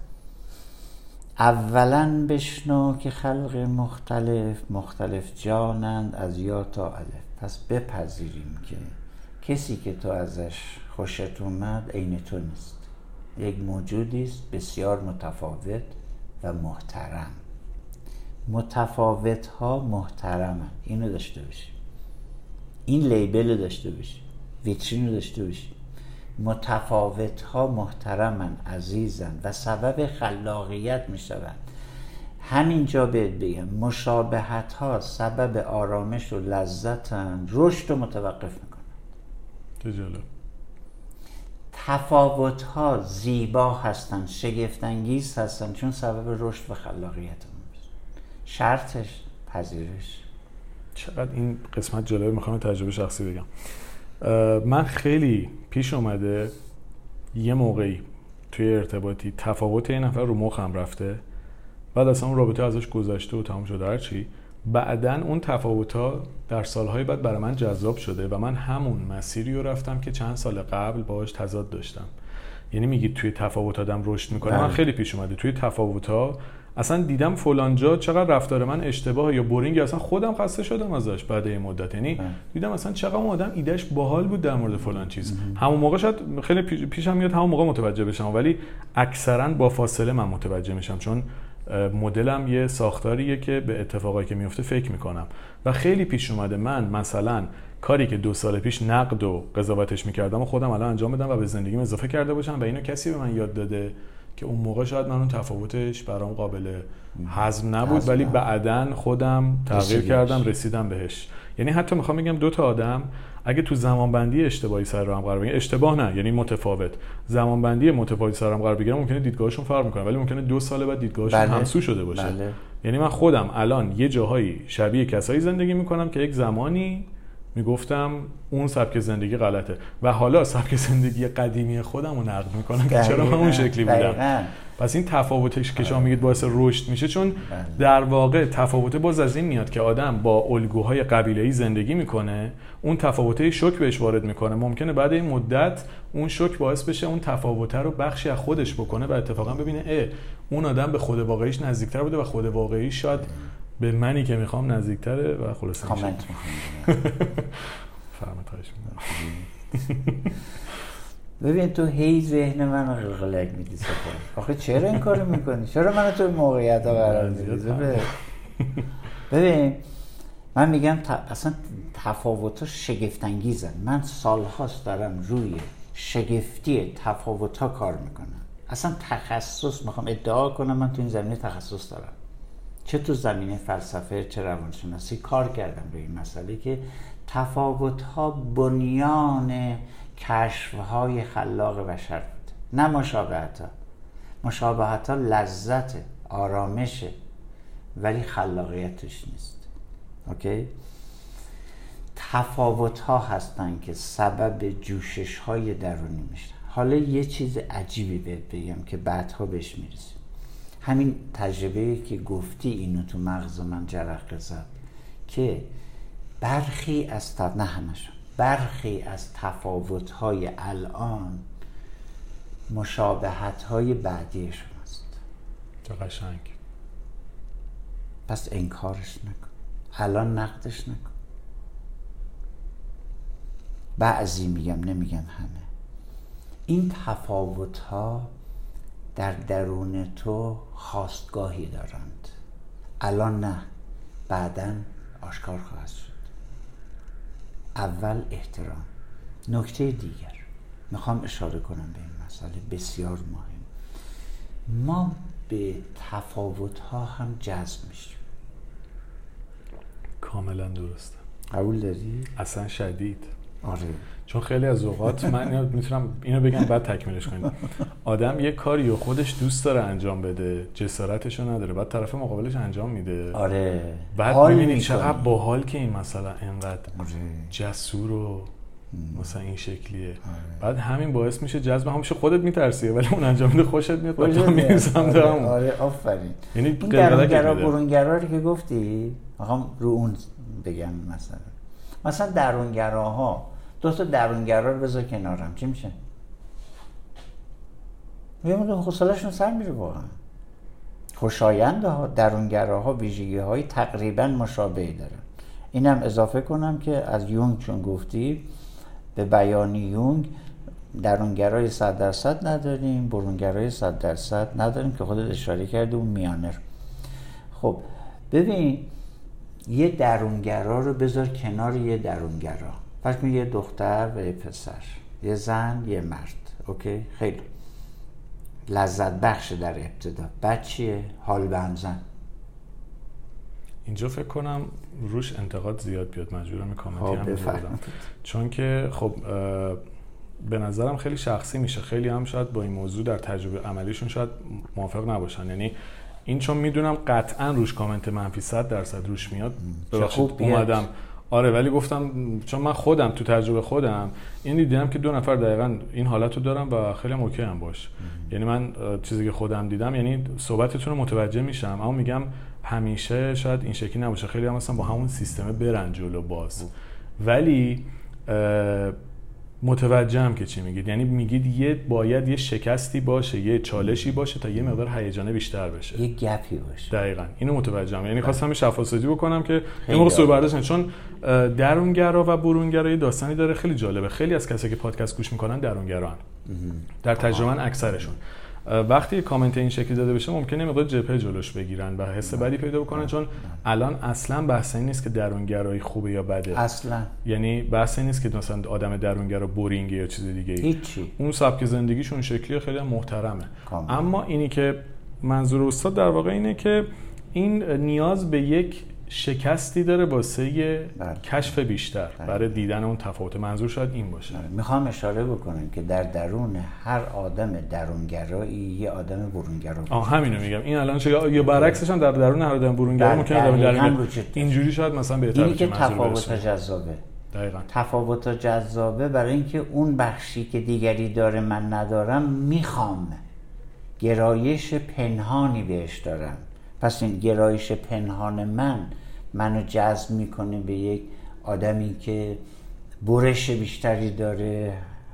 اولا بشنو که خلق مختلف جانند از یا تا الف. پس بپذیریم که کسی که تو ازش خوشت اومد عین تو نیست، یک موجودی است بسیار متفاوت و محترم. متفاوت ها محترمن، اینو داشته باشیم، این لیبل رو داشته باشیم، ویترین رو داشته باشیم. متفاوت ها محترمن، عزیزن و سبب خلاقیت می شوند. همینجا بهت بگم مشابهت ها سبب آرامش و لذتن، رشد رو متوقف میکنن. تفاوت ها زیبا هستن، شگفت انگیز هستن، چون سبب رشد و خلاقیت میشن. شرطش پذیرش. چقدر این قسمت جالبه، میخوام تجربه شخصی بگم. من خیلی پیش اومده یه موقعی توی ارتباطی تفاوت یه نفر رو مخم رفته، بعد اصلا اون رابطه ازش گذشته و تمام شده هرچی، بعدن اون تفاوت‌ها در سالهای بعد برای من جذاب شده و من همون مسیری رو رفتم که چند سال قبل باهاش تضاد داشتم. یعنی میگید توی تفاوت آدم رشد میکنه. من خیلی پیش اومده توی تفاوت‌ها اصلا دیدم فلان جا چقدر رفتار من اشتباه یا بورینگ، اصلا خودم خسته شدم ازش بعد این مدت. یعنی دیدم اصلا چقدر اون آدم ایدهش باحال بود در مورد فلان چیز. همون موقع شاید خیلی پیشم میاد همون موقع متوجه بشم، ولی اکثرا با فاصله من متوجه میشم، چون مدلم یه ساختاریه که به اتفاقایی که میفته فکر میکنم. و خیلی پیش اومده من مثلا کاری که 2 سال پیش نقد و قضاوتش میکردم و خودم الان انجام بدم و به زندگیم اضافه کرده باشم و اینو کسی به من یاد داده که اون موقع شاید من اون تفاوتش برام قابل هضم نبود، ولی بعدن خودم تغییر کردم، رسیدم بهش. یعنی حتی میخوام بگم 2 تا آدم اگه تو زمانبندی اشتباهی سر هم قرار بگیرن، اشتباه نه یعنی متفاوت، زمانبندی متفاوتی سر هم قرار بگیرن، ممکنه دیدگاهشون فرق میکنه، ولی ممکنه 2 سال بعد دیدگاهشون همسو شده باشه. یعنی من خودم الان یه جاهایی شبیه کسایی زندگی میکنم که یک زمانی میگفتم اون سبک زندگی غلطه و حالا سبک زندگی قدیمی خودم رو نقد میکنم که چرا من اون شکلی بودم. پس این تفاوتش که شما میگید باعث رشد میشه، چون در واقع تفاوت باز از این میاد که آدم با الگوهای قبیله‌ای زندگی میکنه، اون تفاوته شوک بهش وارد میکنه، ممکنه بعد این مدت اون شوک باعث بشه اون تفاوته رو بخشی از خودش بکنه و اتفاقا ببینه اون آدم به خود واقعیش نزدیکتر بوده و خود واقعی شاید به منی که میخوام نزدیکتره و خلاص کامنت میخوام فرمایش ببین تو هی ذهن من رو قلقلک میدی سفر. آخه چرا این کارو میکنی؟ چرا منو تو موقعیت ها قرار میدی؟ ببین من میگم اصلا تفاوت ها شگفت انگیزن. من سالهاست دارم روی شگفتی تفاوت ها کار میکنم. اصلا تخصص میخوام ادعا کنم من تو این زمینه تخصص دارم، چه تو زمینه فلسفه چه روانشناسی کار کردم روی این مسئله که تفاوت‌ها بنیان کشف‌های خلاق بشر بود، نه مشابهت‌ها. مشابهت‌ها لذت، آرامشه، ولی خلاقیتش نیست. اوکی؟ تفاوت‌ها هستن که سبب جوشش‌های درونی میشن. حالا یه چیز عجیبی بهت بگم که بعدها بهش میرسیم. همین تجربه‌ای که گفتی اینو تو مغز من جرقه زد که برخی از نه همشون، برخی از تفاوت‌های الان مشابهت‌های بعدیشون است. چه قشنگ. پس انکارش نکن، الان نقدش نکن. بعضی میگم، نمیگم همه. این تفاوت‌ها در درون تو خاستگاهی دارند. الان نه، بعداً آشکار خواهد شد. اول احترام. نکته دیگر میخوام اشاره کنم به این مسئله بسیار مهم. ما به تفاوت‌ها هم جذب میشیم. کاملا درسته. قبول داری؟ اصلا شدید. آره. چون خیلی از اوقات من میتونم اینو بگم بعد تکمیلش کنیم. آدم یه کاری رو خودش دوست داره انجام بده، جسارتشو نداره، بعد طرف مقابلش انجام میده. آره. بعد میبینی چقدر باحال که این مثلا اینقدر جسور و مثلا این شکلیه. بعد همین باعث میشه جذب هم میشه، خودت میترسی ولی اون انجام میده خوشت میاد، بعد میرسم دارم. آره آفرین. یعنی این درونگرا برونگرا رو که گفتی میخوام رو اون بگم. مثلا درونگراها، دو تا درونگرا رو بذار کنارم چی میشه؟ یه مدت حوصله‌شون سر میره واقعا. خوشایند ها درونگراها ویژگی‌های تقریبا مشابهی دارن. اینم اضافه کنم که از یونگ چون گفتی، به بیان یونگ درونگرای 100% نداریم، برونگرای 100% نداریم که خودت اشاره کردی اون میانه رو. خب ببین، یه درونگرا رو بذار کنار یه درونگرا. فرض کن یه دختر و یه پسر، یه زن یه مرد. اوکی؟ خیلی لذت بخش در ابتدا. بعد چیه؟ حال به هم زن. اینجا فکر کنم روش انتقاد زیاد بیاد، مجبورم کامنتی هم بذارم، چون که خب به نظرم خیلی شخصی میشه. خیلی هم شاید با این موضوع در تجربه عملیشون شاید موافق نباشن. یعنی این چون میدونم قطعا روش کامنت منفی 100% روش میاد، ببخشید اومدم آره، ولی گفتم چون من خودم تو تجربه خودم این دیدم که 2 نفر دقیقاً این حالتو دارم و خیلی هم اوکی هم باش. یعنی من چیزی که خودم دیدم، یعنی صحبتتون رو متوجه میشم، اما میگم همیشه شاید این شکلی نباشه. خیلی هم مثلا با همون سیستم برن جلو باز، ولی متوجهم که چی میگید. یعنی میگید باید یه شکستی باشه، یه چالشی باشه تا یه مقدار هیجانه بیشتر بشه، یه گپی باشه. دقیقاً اینو متوجهم. یعنی خواستم شفاف‌سازی بکنم که این موقع صحبت برداشتن، چون درونگرا و برونگرا یه داستانی داره خیلی جالبه. خیلی از کسایی که پادکست گوش میکنن درونگران، در تجربه من اکثرشون. وقتی کامنت این شکلی داده بشه ممکنه مقدار جبهه جلوش بگیرن و حس بدی پیدا بکنن، چون الان اصلا بحث این نیست که درونگرایی خوبه یا بده. اصلا یعنی بحث این نیست که مثلا آدم درونگرا بورینگه یا چیز دیگه. هیچی. اون سبک زندگیشون شکلی خیلی محترمه. اما اینی که منظور استاد در واقع اینه که این نیاز به یک شکستی داره واسه کشف بیشتر برای دیدن اون تفاوت. منظور شاید این باشه. میخوام اشاره بکنم که در درون هر آدم درونگرایی یه آدم برونگرا. همینو میگم. این الان یا برعکسش هم در درون هر آدم برونگرا ممکنه آدم درونگرا اینجوری شاید مثلا بهتره. اینی که تفاوت جذابه. دقیقاً. تفاوت جذابه برای اینکه اون بخشی که دیگری داره من ندارم، میخوام گرایش پنهانی بهش دارم. پس این گرایش پنهان منو جذب میکنه به یک آدمی که برش بیشتری داره،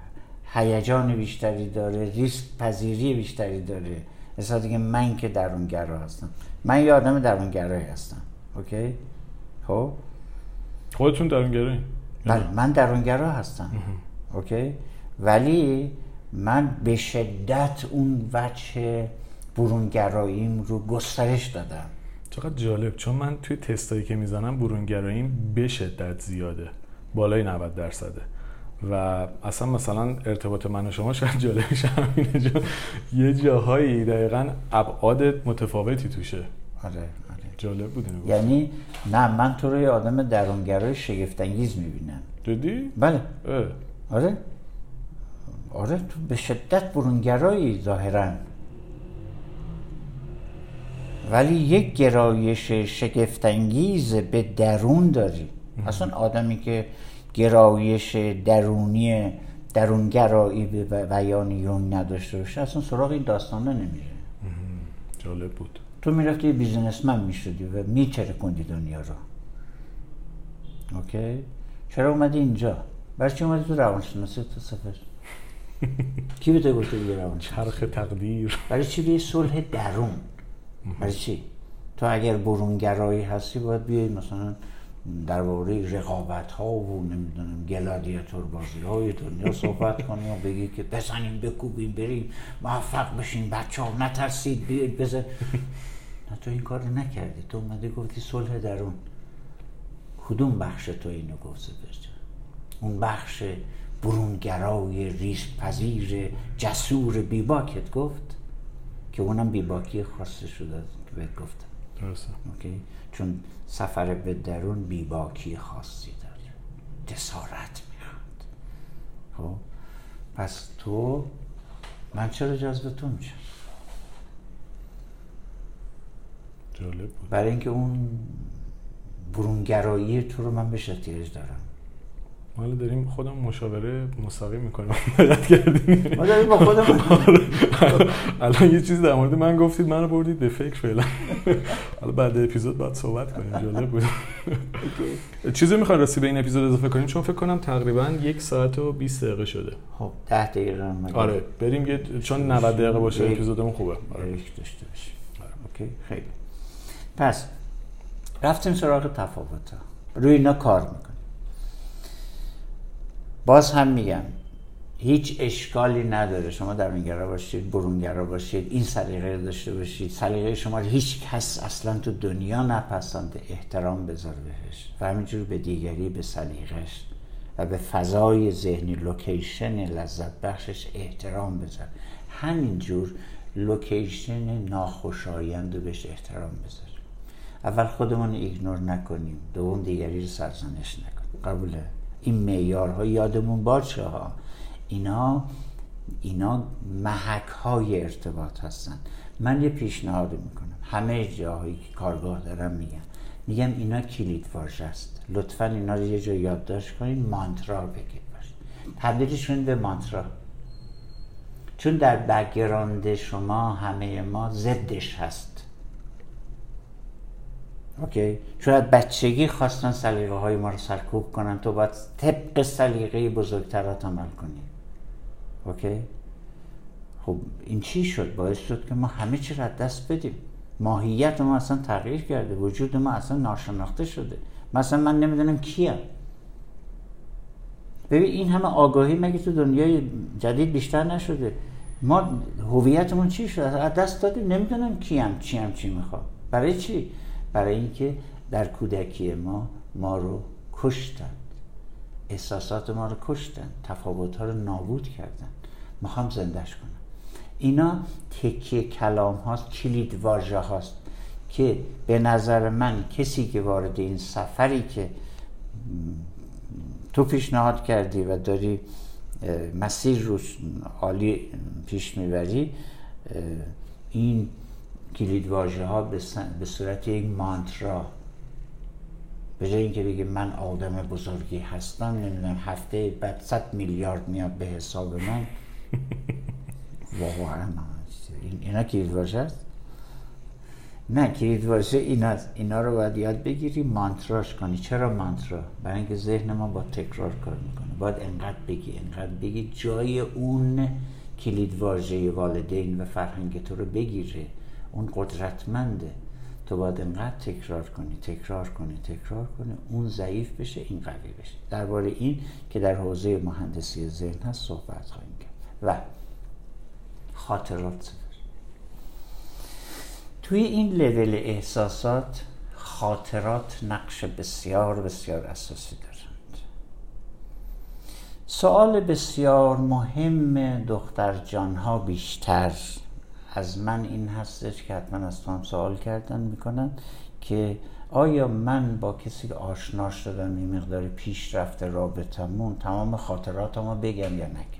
هیجان بیشتری داره، ریسک پذیری بیشتری داره. مثلا دیگه من که درونگرا هستم، من یه آدم درونگرایی هستم. اوکی؟ خب خودتون درونگرایی؟ بله من درونگرا هستم. اوکی؟ ولی من به شدت اون وجه برونگراییم رو گسترش دادم. چقدر جالب، چون من توی تستایی که میزنم برونگراییم به شدت زیاده، بالای 90%. و اصلا مثلا ارتباط من و شما شاید جالبش همینه، چون یه جاهایی دقیقاً ابعاد متفاوتی توشه. آره. جالب بود اینو. یعنی نه، من تو رو یه آدم درونگرای شگفت انگیز میبینم. دیدی؟ بله. آره تو به شدت برونگرایی ظاهراً، ولی یک گرایش شگفت انگیز به درون داری. اصلا آدمی که گرایش درونگرایی به بیان یونگ نداشته باشه اصلا سراغ این داستانه نمیره. جالب بود. تو میرفتی بیزینسمن میشدی و میچرکوندی دنیا رو. اوکی؟ چرا اومدی اینجا؟ برای چی اومدی تو روانشناسی تو سفر؟ کی به تو گفته دیگه روانشناسی؟ چرخ تقدیر. برای چی به صلح درون؟ برای چی؟ تو اگر برونگرایی هستی باید بیای مثلا درباره رقابت ها و نمیدونم گلادیاتور بازی های دنیا صحبت کنیم و بگی که بزنیم بکوبیم بریم موفق بشیم بچه ها نترسید بیاید بزن. نه تو این کار نکردی، تو اومده گفتی صلح درون. کدوم بخش تو اینو گفته برجا؟ اون بخش برونگرای ریسک پذیر جسور بیباکت گفت که اونم بیباکی خاصه شده که بهت گفتم. درسته. اوکی؟ چون سفر به درون بیباکی خاصی داره، جسارت میخواد. خب پس تو، من چرا جذب تو میشم؟ جالب بود. برای اینکه اون برونگرایی تو رو من بهش احتیاج دارم. ما داریم خودم مشاوره مستقیم میکنیم. مدد کردیم. ما داریم با خودمون. الان یه چیز در مورد من گفتید، منو بردید به فکر فعلا. حالا بعد اپیزود باید صحبت کنیم. جالب بود. چیزی میخواین راستی به این اپیزود اضافه کنیم؟ چون فکر کنم تقریبا 1 ساعت و 20 دقیقه شده. خب 10 دقیقه هم. آره بریم چون 90 دقیقه باشه اپیزودمون خوبه. آره داشته باشیم. اوکی خیلی. پس رفتیم سراغ تفاوت‌ها. روی اینا کار میکنیم. باز هم میگم هیچ اشکالی نداره شما درونگرا باشید، برونگرا باشید، این سلیقه داشته باشید. سلیقه شما رو هیچ کس اصلا تو دنیا نپسنده، احترام بذار بهش و همینجور به دیگری، به سلیقه‌اش و به فضای ذهنی، لوکیشن لذت بخشش احترام بذار. همینجور لوکیشن ناخوشایند رو بهش احترام بذار. اول خودمون ایگنور نکنیم، دوم دیگری رو سرزنش نکنیم. قبوله؟ این معیارها یادمون باشه ها. اینا محک های ارتباط هستن. من یه پیشنهاد میکنم، همه جاهایی که کارگاه دارم میگم اینا کلید واژه است. لطفا اینا رو یه جا یادداشت کنید، مانترا بگید باشه. تبدیلش کنید به مانترا. چون در بک‌گراند شما همه ما ضدش هست. اوکی؟ چون از بچگی خواستن سلیقه های ما رو سرکوب کنن، تو باید طبق سلیقه بزرگترات عمل کنی. اوکی؟ خب این چی شد؟ باعث شد که ما همه چی رو از دست بدیم. ماهیت ما اصلا تغییر کرده، وجود ما اصلا ناشناخته شده. مثلا من نمیدونم کیم. ببین این همه آگاهی مگه تو دنیای جدید بیشتر نشده؟ ما هویتمون چی شد؟ از دست دادیم، نمیدونم کیم، چی میخوام. برای چی؟ برای اینکه در کودکی ما رو کشتن، احساسات ما رو کشتن، تفاوت‌ها رو نابود کردن. میخوام زندهش کنم. اینا تکیه کلام هاست، کلید واژه هاست که به نظر من کسی که وارد این سفری که تو پیشنهاد کردی و داری مسیر روش عالی پیش میبری، این کلید واژه ها به صورت یک مانترا، به جای اینکه بگه من آدم بزرگی هستم، نمیدونم هفته بعد 100 میلیارد میاد به حساب من، واقعا اینا کلید واژه است؟ نه، کلید واژه اینا رو باید یاد بگیری، مانتراش کنی. چرا مانترا؟ برای اینکه ذهن ما با تکرار کار میکنه. باید انقدر بگی جای اون کلید واژه والدین و فرهنگ تو رو بگیره. اون قدرتمنده. تو باید انقدر تکرار کنی اون ضعیف بشه، این قوی بشه. درباره این که در حوزه مهندسی ذهن هست صحبت خواهیم کرد. و خاطرات، توی این لول احساسات خاطرات نقش بسیار بسیار اساسی دارند. سوال بسیار مهم دختر جانها بیشتر از من این هستش که حتما از تو هم سوال کردن میکنن که آیا من با کسی که آشنا شدم این مقدار پیش رفته رابطمون تمام خاطراتمو بگم یا نگم؟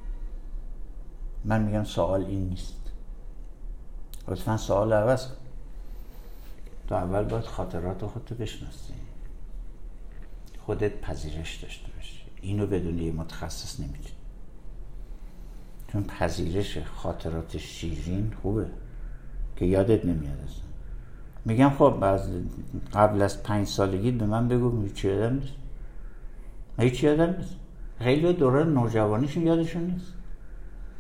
من میگم سوال این نیست. لطفا سوال عوض کن. تو اول باید خاطرات خودتو بشناسی، خودت پذیرش داشته باشی. اینو بدون یه متخصص نمیتونی. چون پذیرش خاطرات شیرین خوبه که یادت نمیاد اصلا. میگم خب قبل از 5 سالگی به من بگو چی یادم نیست؟ هیچی یادم نیست. خیلی دوران نوجوانیشون یادشون نیست.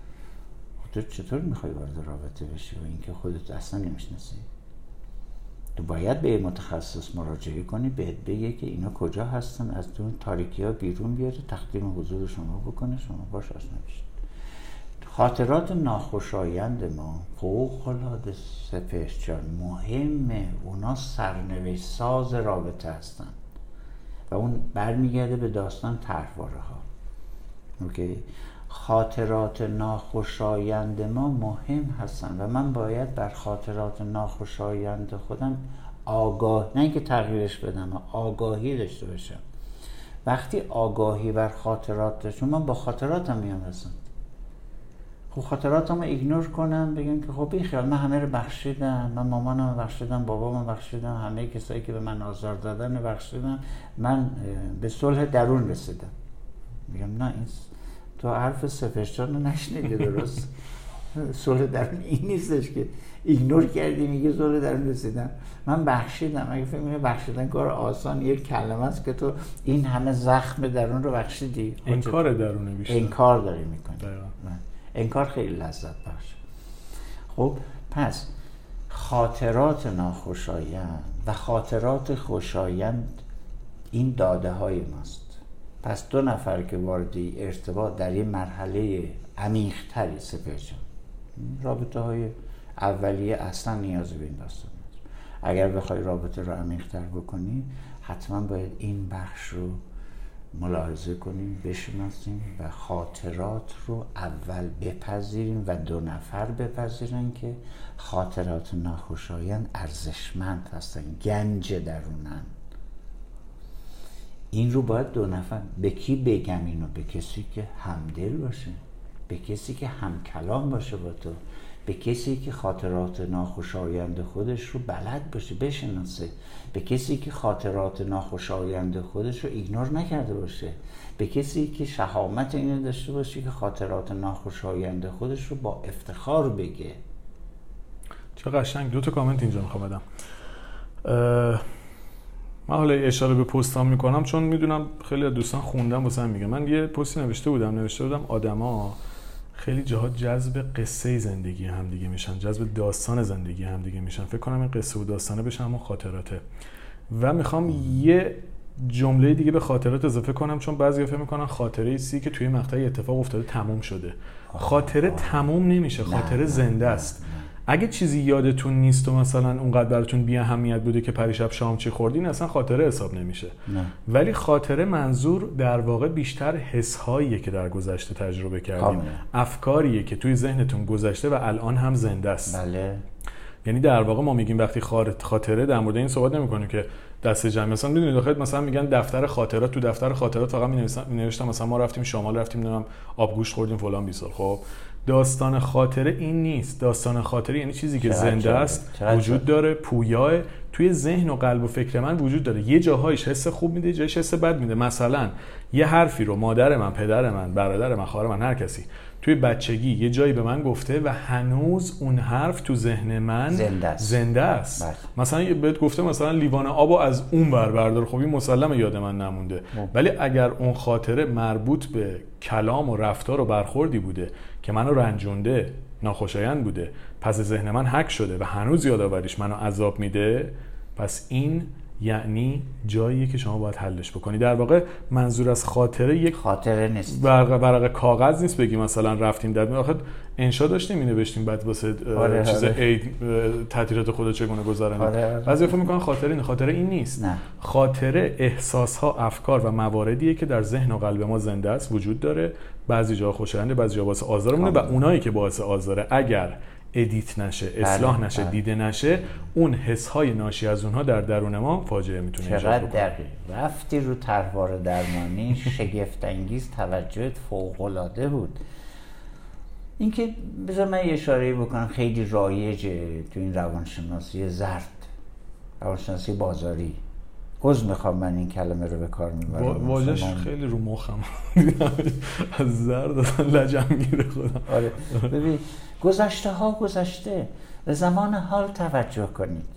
تو چطور میخوای وارد رابطه بشی و اینکه خودت اصلا نمیشناسی؟ تو باید به متخصص مراجعه کنی، بهت بگه که اینا کجا هستن، از اون تاریکی ها بیرون بیاره، تقدیم حضور شما بکنه، شما باش آشنا بشید. خاطرات ناخوشایند ما فوق‌العاده سپهر جان مهمه، اونا سرنوشت ساز رابطه هستن و اون برمیگرده به داستان طرحواره ها. اوکی؟ خاطرات ناخوشایند ما مهم هستن و من باید بر خاطرات ناخوشایند خودم آگاه، نه اینکه تغییرش بدم، آگاهی داشته باشم. وقتی آگاهی بر خاطرات داشتم، من با خاطراتم میام هستم. خب خاطراتم رو ایگنور کنم، بگم که خب این خیال من همه رو بخشیدم، من مامانم بخشیدم، بابامم بخشیدم، همه کسایی که به من آزار دادن بخشیدم، من به صلح درون رسیدم. میگم نه، این تو حرف سپهر رو نشنیدی درست. صلح درون این نیستش که ایگنور کردی میگه صلح درون رسیدم. من بخشیدم. اگه فکر می‌کنی بخشیدن کار آسان، یک کلمه است که تو این همه زخم درون رو بخشیدی. انکار درونه بیشتر. انکار داری میکنی. انکار خیلی لذت بخش. خب پس خاطرات ناخوشایند و خاطرات خوشایند این داده های ماست. پس دو نفر که وارد ارتباط در این مرحله عمیق‌تری سپهر جان، رابطه های اولیه اصلا نیازی به این داستان نیست. اگر بخوای رابطه رو عمیق‌تر بکنی، حتما باید این بخش رو ملاحظه کنیم، بشناسیم و خاطرات رو اول بپذیریم و دو نفر بپذیرن که خاطرات ناخوشایند ارزشمند هستن، گنج درونن. این رو باید دو نفر، به کی بگم اینو؟ به کسی که همدل باشه، به کسی که همکلام باشه با تو، به کسی که خاطرات ناخوشایند خودش رو بلد باشه، بشناسه، به کسی که خاطرات ناخوشایند خودش رو ایگنور نکرده باشه، به کسی که شهامت اینو داشته باشه که خاطرات ناخوشایند خودش رو با افتخار بگه. چه قشنگ. 2 تا کامنت اینجا میخوام بدم. من حالا اشاره به پستام میکنم چون میدونم خیلی از دوستان خوندم واسه میگم. من یه پستی نوشته بودم آدما خیلی جاها جذب قصه زندگی هم دیگه میشن، جذب داستان زندگی هم دیگه میشن. فکر کنم این قصه و داستانه بشه اما خاطراته. و میخوام یه جمله دیگه به خاطرات اضافه کنم، چون بعضیا فکر میکنن خاطره ایستی که توی مقطعی اتفاق افتاده تموم شده. خاطره تموم نمیشه، خاطره زنده است. اگه چیزی یادتون نیست و مثلا اونقدر براتون بی اهمیت بوده که پریشب شام چی خوردین، اصلا خاطره حساب نمیشه. ولی خاطره منظور در واقع بیشتر حس‌هاییه که در گذشته تجربه کردیم، افکاریه که توی ذهنتون گذشته و الان هم زنده است. بله. یعنی در واقع ما میگیم وقتی خاطره، در مورد این صحبت نمی‌کنیم که دسته جمعی مثلا میدونید داخل مثلا میگن دفتر خاطرات، تو دفتر خاطرات فقط می‌نوشتم مثلا ما رفتیم شمال، رفتیم نمیدونم آبگوشت خوردیم فلان بیسار. خب داستان خاطره این نیست. داستان خاطره یعنی چیزی که زنده است، وجود داره، پویاه، توی ذهن و قلب و فکر من وجود داره. یه جاهایش حس خوب میده، جاهایش حس بد میده. مثلا یه حرفی رو مادر من، پدر من، برادر من، خواهر من، هر کسی توی بچگی یه جایی به من گفته و هنوز اون حرف تو ذهن من زنده است. مثلا بهت گفته مثلا لیوان آبو از اون بردار، خب این مسلمه یاد من نمونده. ولی اگر اون خاطره مربوط به کلام و رفتار و برخوردی بوده که منو رنجونده، ناخوشایند بوده، پس ذهن من هک شده و هنوز یادآوریش منو عذاب میده، پس این یعنی جاییه که شما باید حلش بکنی. در واقع منظور از خاطره یک خاطره نیست، ورق کاغذ نیست بگی مثلا رفتیم در واقع انشا داشتیم می-نوشتیم بعد واسه چیز عید تعطیلات خودت چگونه گذرانی. بعضی فکر میکنن خاطره این نیست. نه. خاطره احساس‌ها، افکار و مواردیه که در ذهن و قلب ما زنده است، وجود داره. بعضی جا خوشاینده، بعضی جا باعث آزارمونه و اونایی که باعث آزاره اگر ادیت نشه، اصلاح نشه، دیده نشه، اون حس‌های ناشی از اونها در درون ما فاجعه میتونه ایجاد کنه. چقدر دقیق رفتی رو طرحواره درمانی. شگفت انگیز، توجهت فوق‌العاده بود. اینکه بذار من یه اشاره‌ای بکنم خیلی رایجه تو این روانشناسی زرد، روانشناسی بازاری. عذر میخوام من این کلمه رو به کار میبرم، واژه‌اش خیلی رو مخم از زرد اصلا لجم میگیره خودم. آره ببین، گذشته ها گذشته، به زمان حال توجه کنید.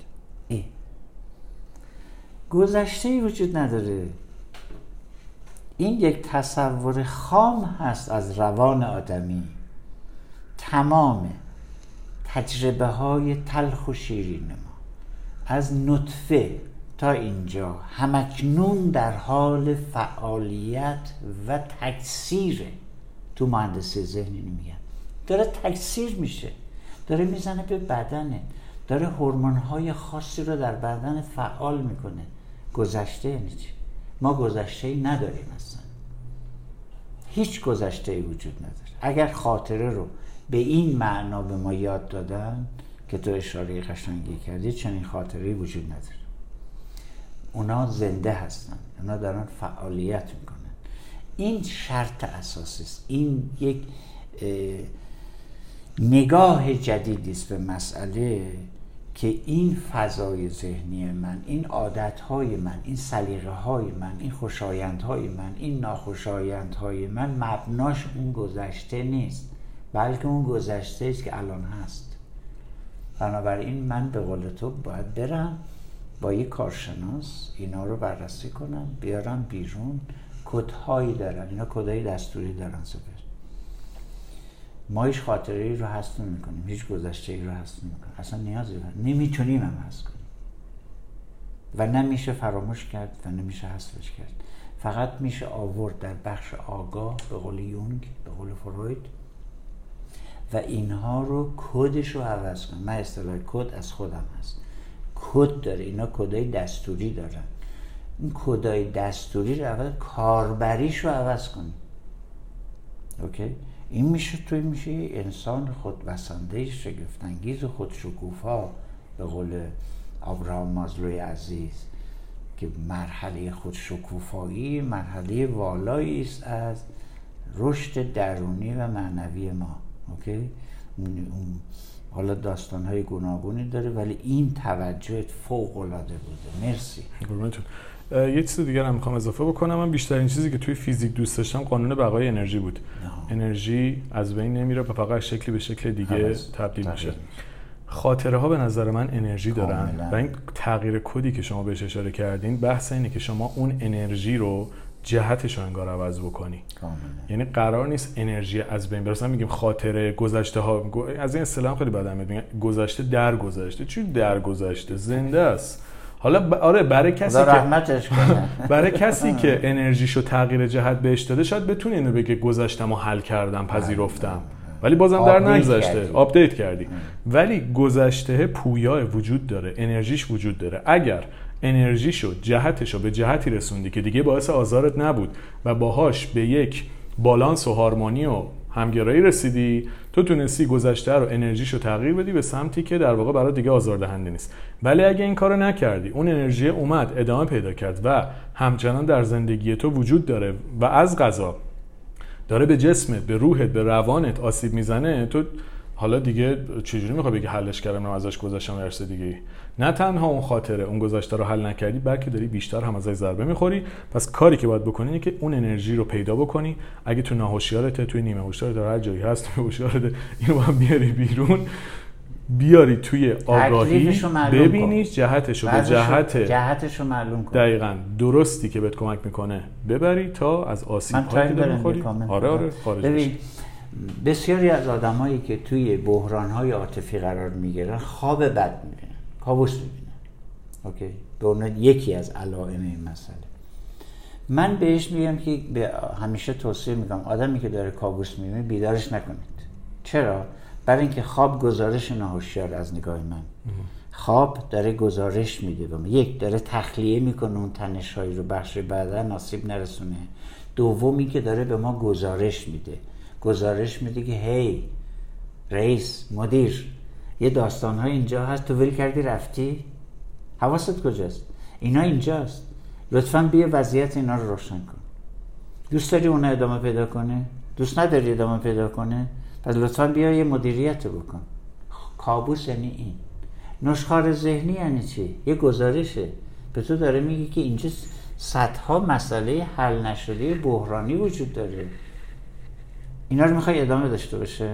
گذشته‌ای وجود نداره. این یک تصور خام هست از روان آدمی. تمام تجربه های تلخ و شیرین ما از نطفه تا اینجا همکنون در حال فعالیت و تکثیره. تو مهندسی ذهنی میگن داره تکثیر میشه، داره میزنه به بدنه، داره هورمون‌های خاصی رو در بدن فعال میکنه. گذشته یعنی چی؟ ما گذشته‌ای نداریم اصلا، هیچ گذشته‌ای وجود نداره. اگر خاطره رو به این معنا به ما یاد دادن که تو اشاره قشنگی کردی، چنین خاطره‌ای وجود نداره. اونا زنده هستن، اونا دارن فعالیت میکنن. این شرط اساسی است. این یک نگاه جدیدی است به مسئله که این فضای ذهنی من، این عادتهای من، این سلیقه‌های من، این خوشایندهای من، این ناخوشایندهای من مبناش اون گذشته نیست، بلکه اون گذشته است که الان هست. بنابراین من به قول تو باید برم با یک کارشناس اینا رو بررسی کنم، بیارم بیرون. کدهایی دارن، اینا کدهای دستوری دارن. سپر ما هیچ خاطره‌ای رو حذف نمی‌کنیم، هیچ گذشته‌ای رو حذف نمی‌کنیم، اصلا نیازی نمیتونیم هم حذف کنیم و نمیشه فراموش کرد و نمیشه حذفش کرد. فقط میشه آورد در بخش آگاه به قول یونگ، به قول فروید، و اینها رو کدش رو عوض کنیم. من اصطلاح کد از خودم هست. کد داره، اینا کدای دستوری دارن. این کدای دستوری رو اول کاربریش رو عوض کنیم. اوکی؟ این میشه توی میشه انسان خودبسنده شگفت‌انگیز و خودشکوفا به قول ابراهام مازلوی عزیز که مرحله خودشکوفایی مرحله والایی است از رشد درونی و معنوی ما. اوکی؟ حالا داستان‌های گوناگونی داره ولی این توجهت فوق‌العاده بوده. مرسی. قربونتون. یه چیز دیگر هم میخوام اضافه بکنم. من بیشترین چیزی که توی فیزیک دوست داشتم قانون بقای انرژی بود. انرژی از بین نمیره و فقط شکلی به شکل دیگه تبدیل میشه. خاطره ها به نظر من انرژی دارن و این تغییر کدی که شما بهش اشاره کردین بحث اینه که شما اون انرژی رو جهتش رو انگار عوض بکنی. یعنی قرار نیست انرژی از بین بره. مثلا میگیم خاطره، گذشته ها، از این اصطلاح خیلی بدم میاد، گذشته در گذشته. چی در گذشته؟ زنده است. حالا آره برای کسی که رحمتش کنه برای کسی که انرژیشو تغییر جهت بهش داده شاید بتونه اینو بگه گذشته‌مو حل کردم، پذیرفتم، ولی بازم در نگذشته، آپدیت کردی. ولی گذشته پویا وجود داره، انرژیش وجود داره. اگر انرژیشو جهتشو به جهتی رسوندی که دیگه باعث آزارت نبود و باهاش به یک بالانس و هارمونی و همگرایی رسیدی، تو تونستی گذشته رو انرژیشو تغییر بدی به سمتی که در واقع برای دیگه آزاردهنده نیست. ولی اگه این کارو نکردی، اون انرژی اومد ادامه پیدا کرد و همچنان در زندگی تو وجود داره و از قضا داره به جسمت، به روحت، به روانت آسیب میزنه، تو حالا دیگه چجوری میخوای بگی حلش کردم ازش گذشتم درس دیگه؟ نه تنها اون خاطره، اون گذشته رو حل نکردی، بلکه داری بیشتر هم ازش ضربه میخوری. پس کاری که باید بکنی اینه که اون انرژی رو پیدا بکنی. اگه تو ناهوشیارته، توی نیمه هوشیارت، هر جایی هست تو هوشیارت، اینو هم بیاری بیرون، بیاری توی آگاهی، ببینی جهتشو به جهتشو معلوم کن. دقیقاً درستی که بهت کمک میکنه ببری تا از آسیب‌هایی که داری می‌خوری. آره خارج بشی. بسیاری از آدمایی که توی بحران‌های عاطفی قرار میگیرن خواب بد میبینن، کابوس میبینن. اوکی؟ به اون یکی از علائم این مسئله. من بهش میگم که همیشه توصیه میکنم آدمی که داره کابوس میبینه بیدارش نکنید. چرا؟ برای اینکه خواب گزارش ناهوشیار از نگاه من. خواب داره گزارش میده به ما. یک، داره تخلیه میکنه اون تنش‌هایی رو بخش بدن آسیب نرسونه. دومی که داره به ما گزارش میده که هی رئیس، مدیر، یه داستان‌های اینجا هست، تو ول کردی رفتی؟ حواست کجاست؟ اینا اینجاست. لطفاً بیا وضعیت اینا رو روشن کن. دوست داری اون ادامه پیدا کنه؟ دوست نداری ادامه پیدا کنه؟ پس لطفاً بیا یه مدیریت بکن. کابوس یعنی این. نشخوار ذهنی یعنی چی؟ یه گزارشه. به تو داره میگه که اینجا صدها مسئله حل نشده بحرانی وجود داره. اینا رو میخوای ادامه داشته باشه؟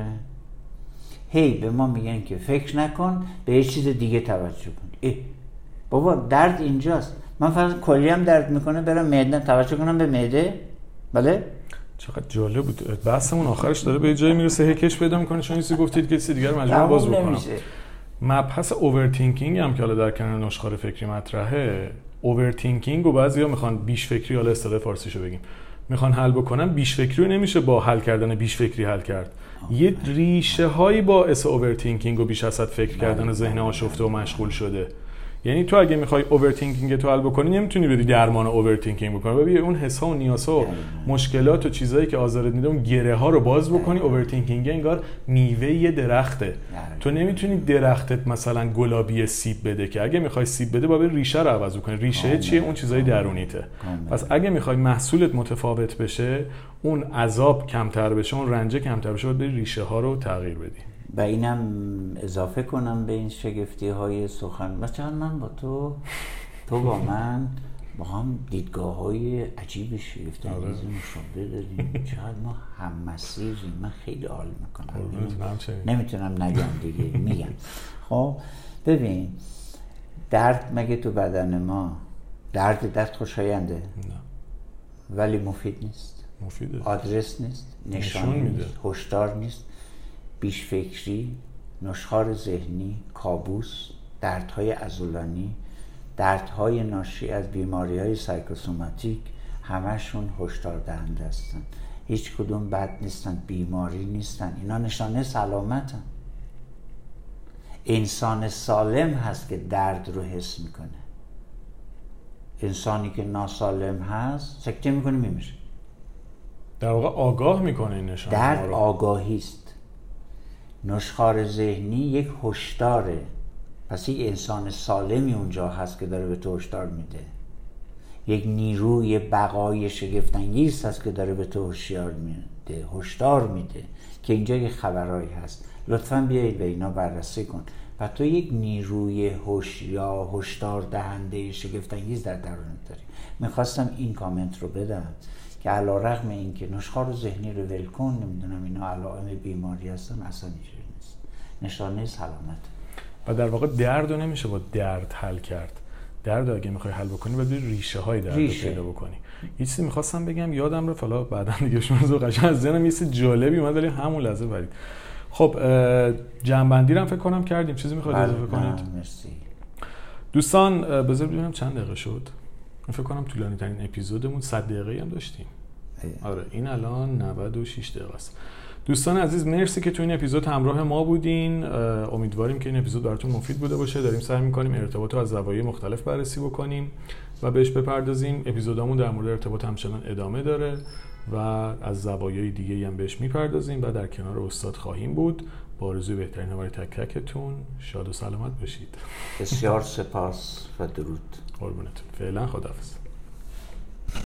هی به ما میگن که فکر نکن، به یه چیز دیگه توجه کن. بابا درد اینجاست. من فقط کلی هم درد میکنه برم معده توجه کنم به معده؟ بله؟ چقدر جالب بود. بحثمون آخرش داره به جایی میرسه هی کش پیدا میکنه، چون چیزی گفتید که چیز دیگه رو مجبورم باز بکنم. مبحث اوورتینکینگ هم که حالا در کنار نشخوار فکری مطرحه، اوورتینکینگ و بعضیا میخوان بیش فکری، حالا اصطلاح فارسیشو بگیم، میخوان حل بکنن. بیش فکری رو نمیشه با حل کردن بیش فکری حل کرد. یه ریشه هایی باعث اوورتینکینگ و بیش از حد فکر کردن ذهن آشفته و مشغول شده. یعنی تو اگه میخوای اوورتینکینگ تو حل بکنی نمیتونی بری درمان اوورتینکینگ بکنی، ببین اون حسا و نیاسا و مشکلات و چیزایی که آزارت میده اون گره ها رو باز بکنی. اوورتینکینگ انگار میوه یه درخته، تو نمیتونی درختت مثلا گلابی سیب بده، که اگه میخوای سیب بده باید ریشه رو عوض کنی. ریشه چیه؟ اون چیزای درونیته. پس اگه میخوای محصولت متفاوت بشه، اون عذاب کمتر بشه، اون رنج کمتر بشه، باید بری ریشه ها رو تغییر بدی. و اینم اضافه کنم به این شگفتی های سخن، مثلا من با تو با من با هم دیدگاه های عجیب شگفتی مشابه داریم. چقدر ما هم مسیریم. من خیلی حال میکنم، نمیتونم نگم دیگه، میگم. خب ببین، درد مگه تو بدن ما درد خوشاینده؟ نه. ولی مفید نیست. مفیده. آدرس نیست، نشون میده، هشدار نیست. بیش فکری، نشخوار ذهنی، کابوس، دردهای عضلانی، دردهای ناشی از بیماری‌های سایکوسوماتیک، همشون هشدار دهنده هستن. هیچ کدوم بد نیستن، بیماری نیستن، اینا نشانه سلامتن. انسان سالم هست که درد رو حس میکنه. انسانی که ناسالم هست سکته میکنه، میمیره. در واقع آگاه میکنه این نشانه. درد آگاهی است. نشخوار ذهنی یک هشداره. پس یک انسان سالمی اونجا هست که داره به تو هشدار میده. یک نیروی بقای شگفت‌انگیز هست که داره به تو هشدار میده که اینجا یک خبرایی هست، لطفاً بیایید به اینا بررسی کن. و تو یک نیروی هشدار دهنده شگفت‌انگیز در درونت داری. میخواستم این کامنت رو بدم که علی‌رغم اینکه نشخوار ذهنی رو ول کن، نمیدونم اینا علائم بیماری هستن، اصلا اینجوری نیست، نشانه سلامت. و در واقع درد رو نمیشه با درد حل کرد. درد اگه میخوای حل بکنی باید ریشه های درد رو پیدا بکنی. یه چیزی میخواستم بگم یادم رفت، حالا بعدا دیگه شما قشنگ از ذهنم یه چیز جالبی اومد ولی همون لحظه برید. خب جمع‌بندی رو فکر کنم کردیم. چیزی میخواید اضافه کنید؟ مرسی. دوستان بذار ببینم چند دقیقه شد. فکر کنم طولانی ترین اپیزودمون 100 دقیقه‌ای هم داشتیم. آره این الان 96 دقیقه است. دوستان عزیز مرسی که تو این اپیزود همراه ما بودین. امیدواریم که این اپیزود براتون مفید بوده باشه. داریم سعی می‌کنیم ارتباط رو از زوایای مختلف بررسی بکنیم و بهش بپردازیم. اپیزودامون در مورد ارتباط همچنان ادامه داره و از زوایای دیگه‌ای هم بهش می‌پردازیم و در کنار استاد خواهیم بود. با آرزوی بهترین برای تک تکتون. شاد و سلامت باشید. بسیار سپاس و درود. قربونتون. فعلا خداحافظ.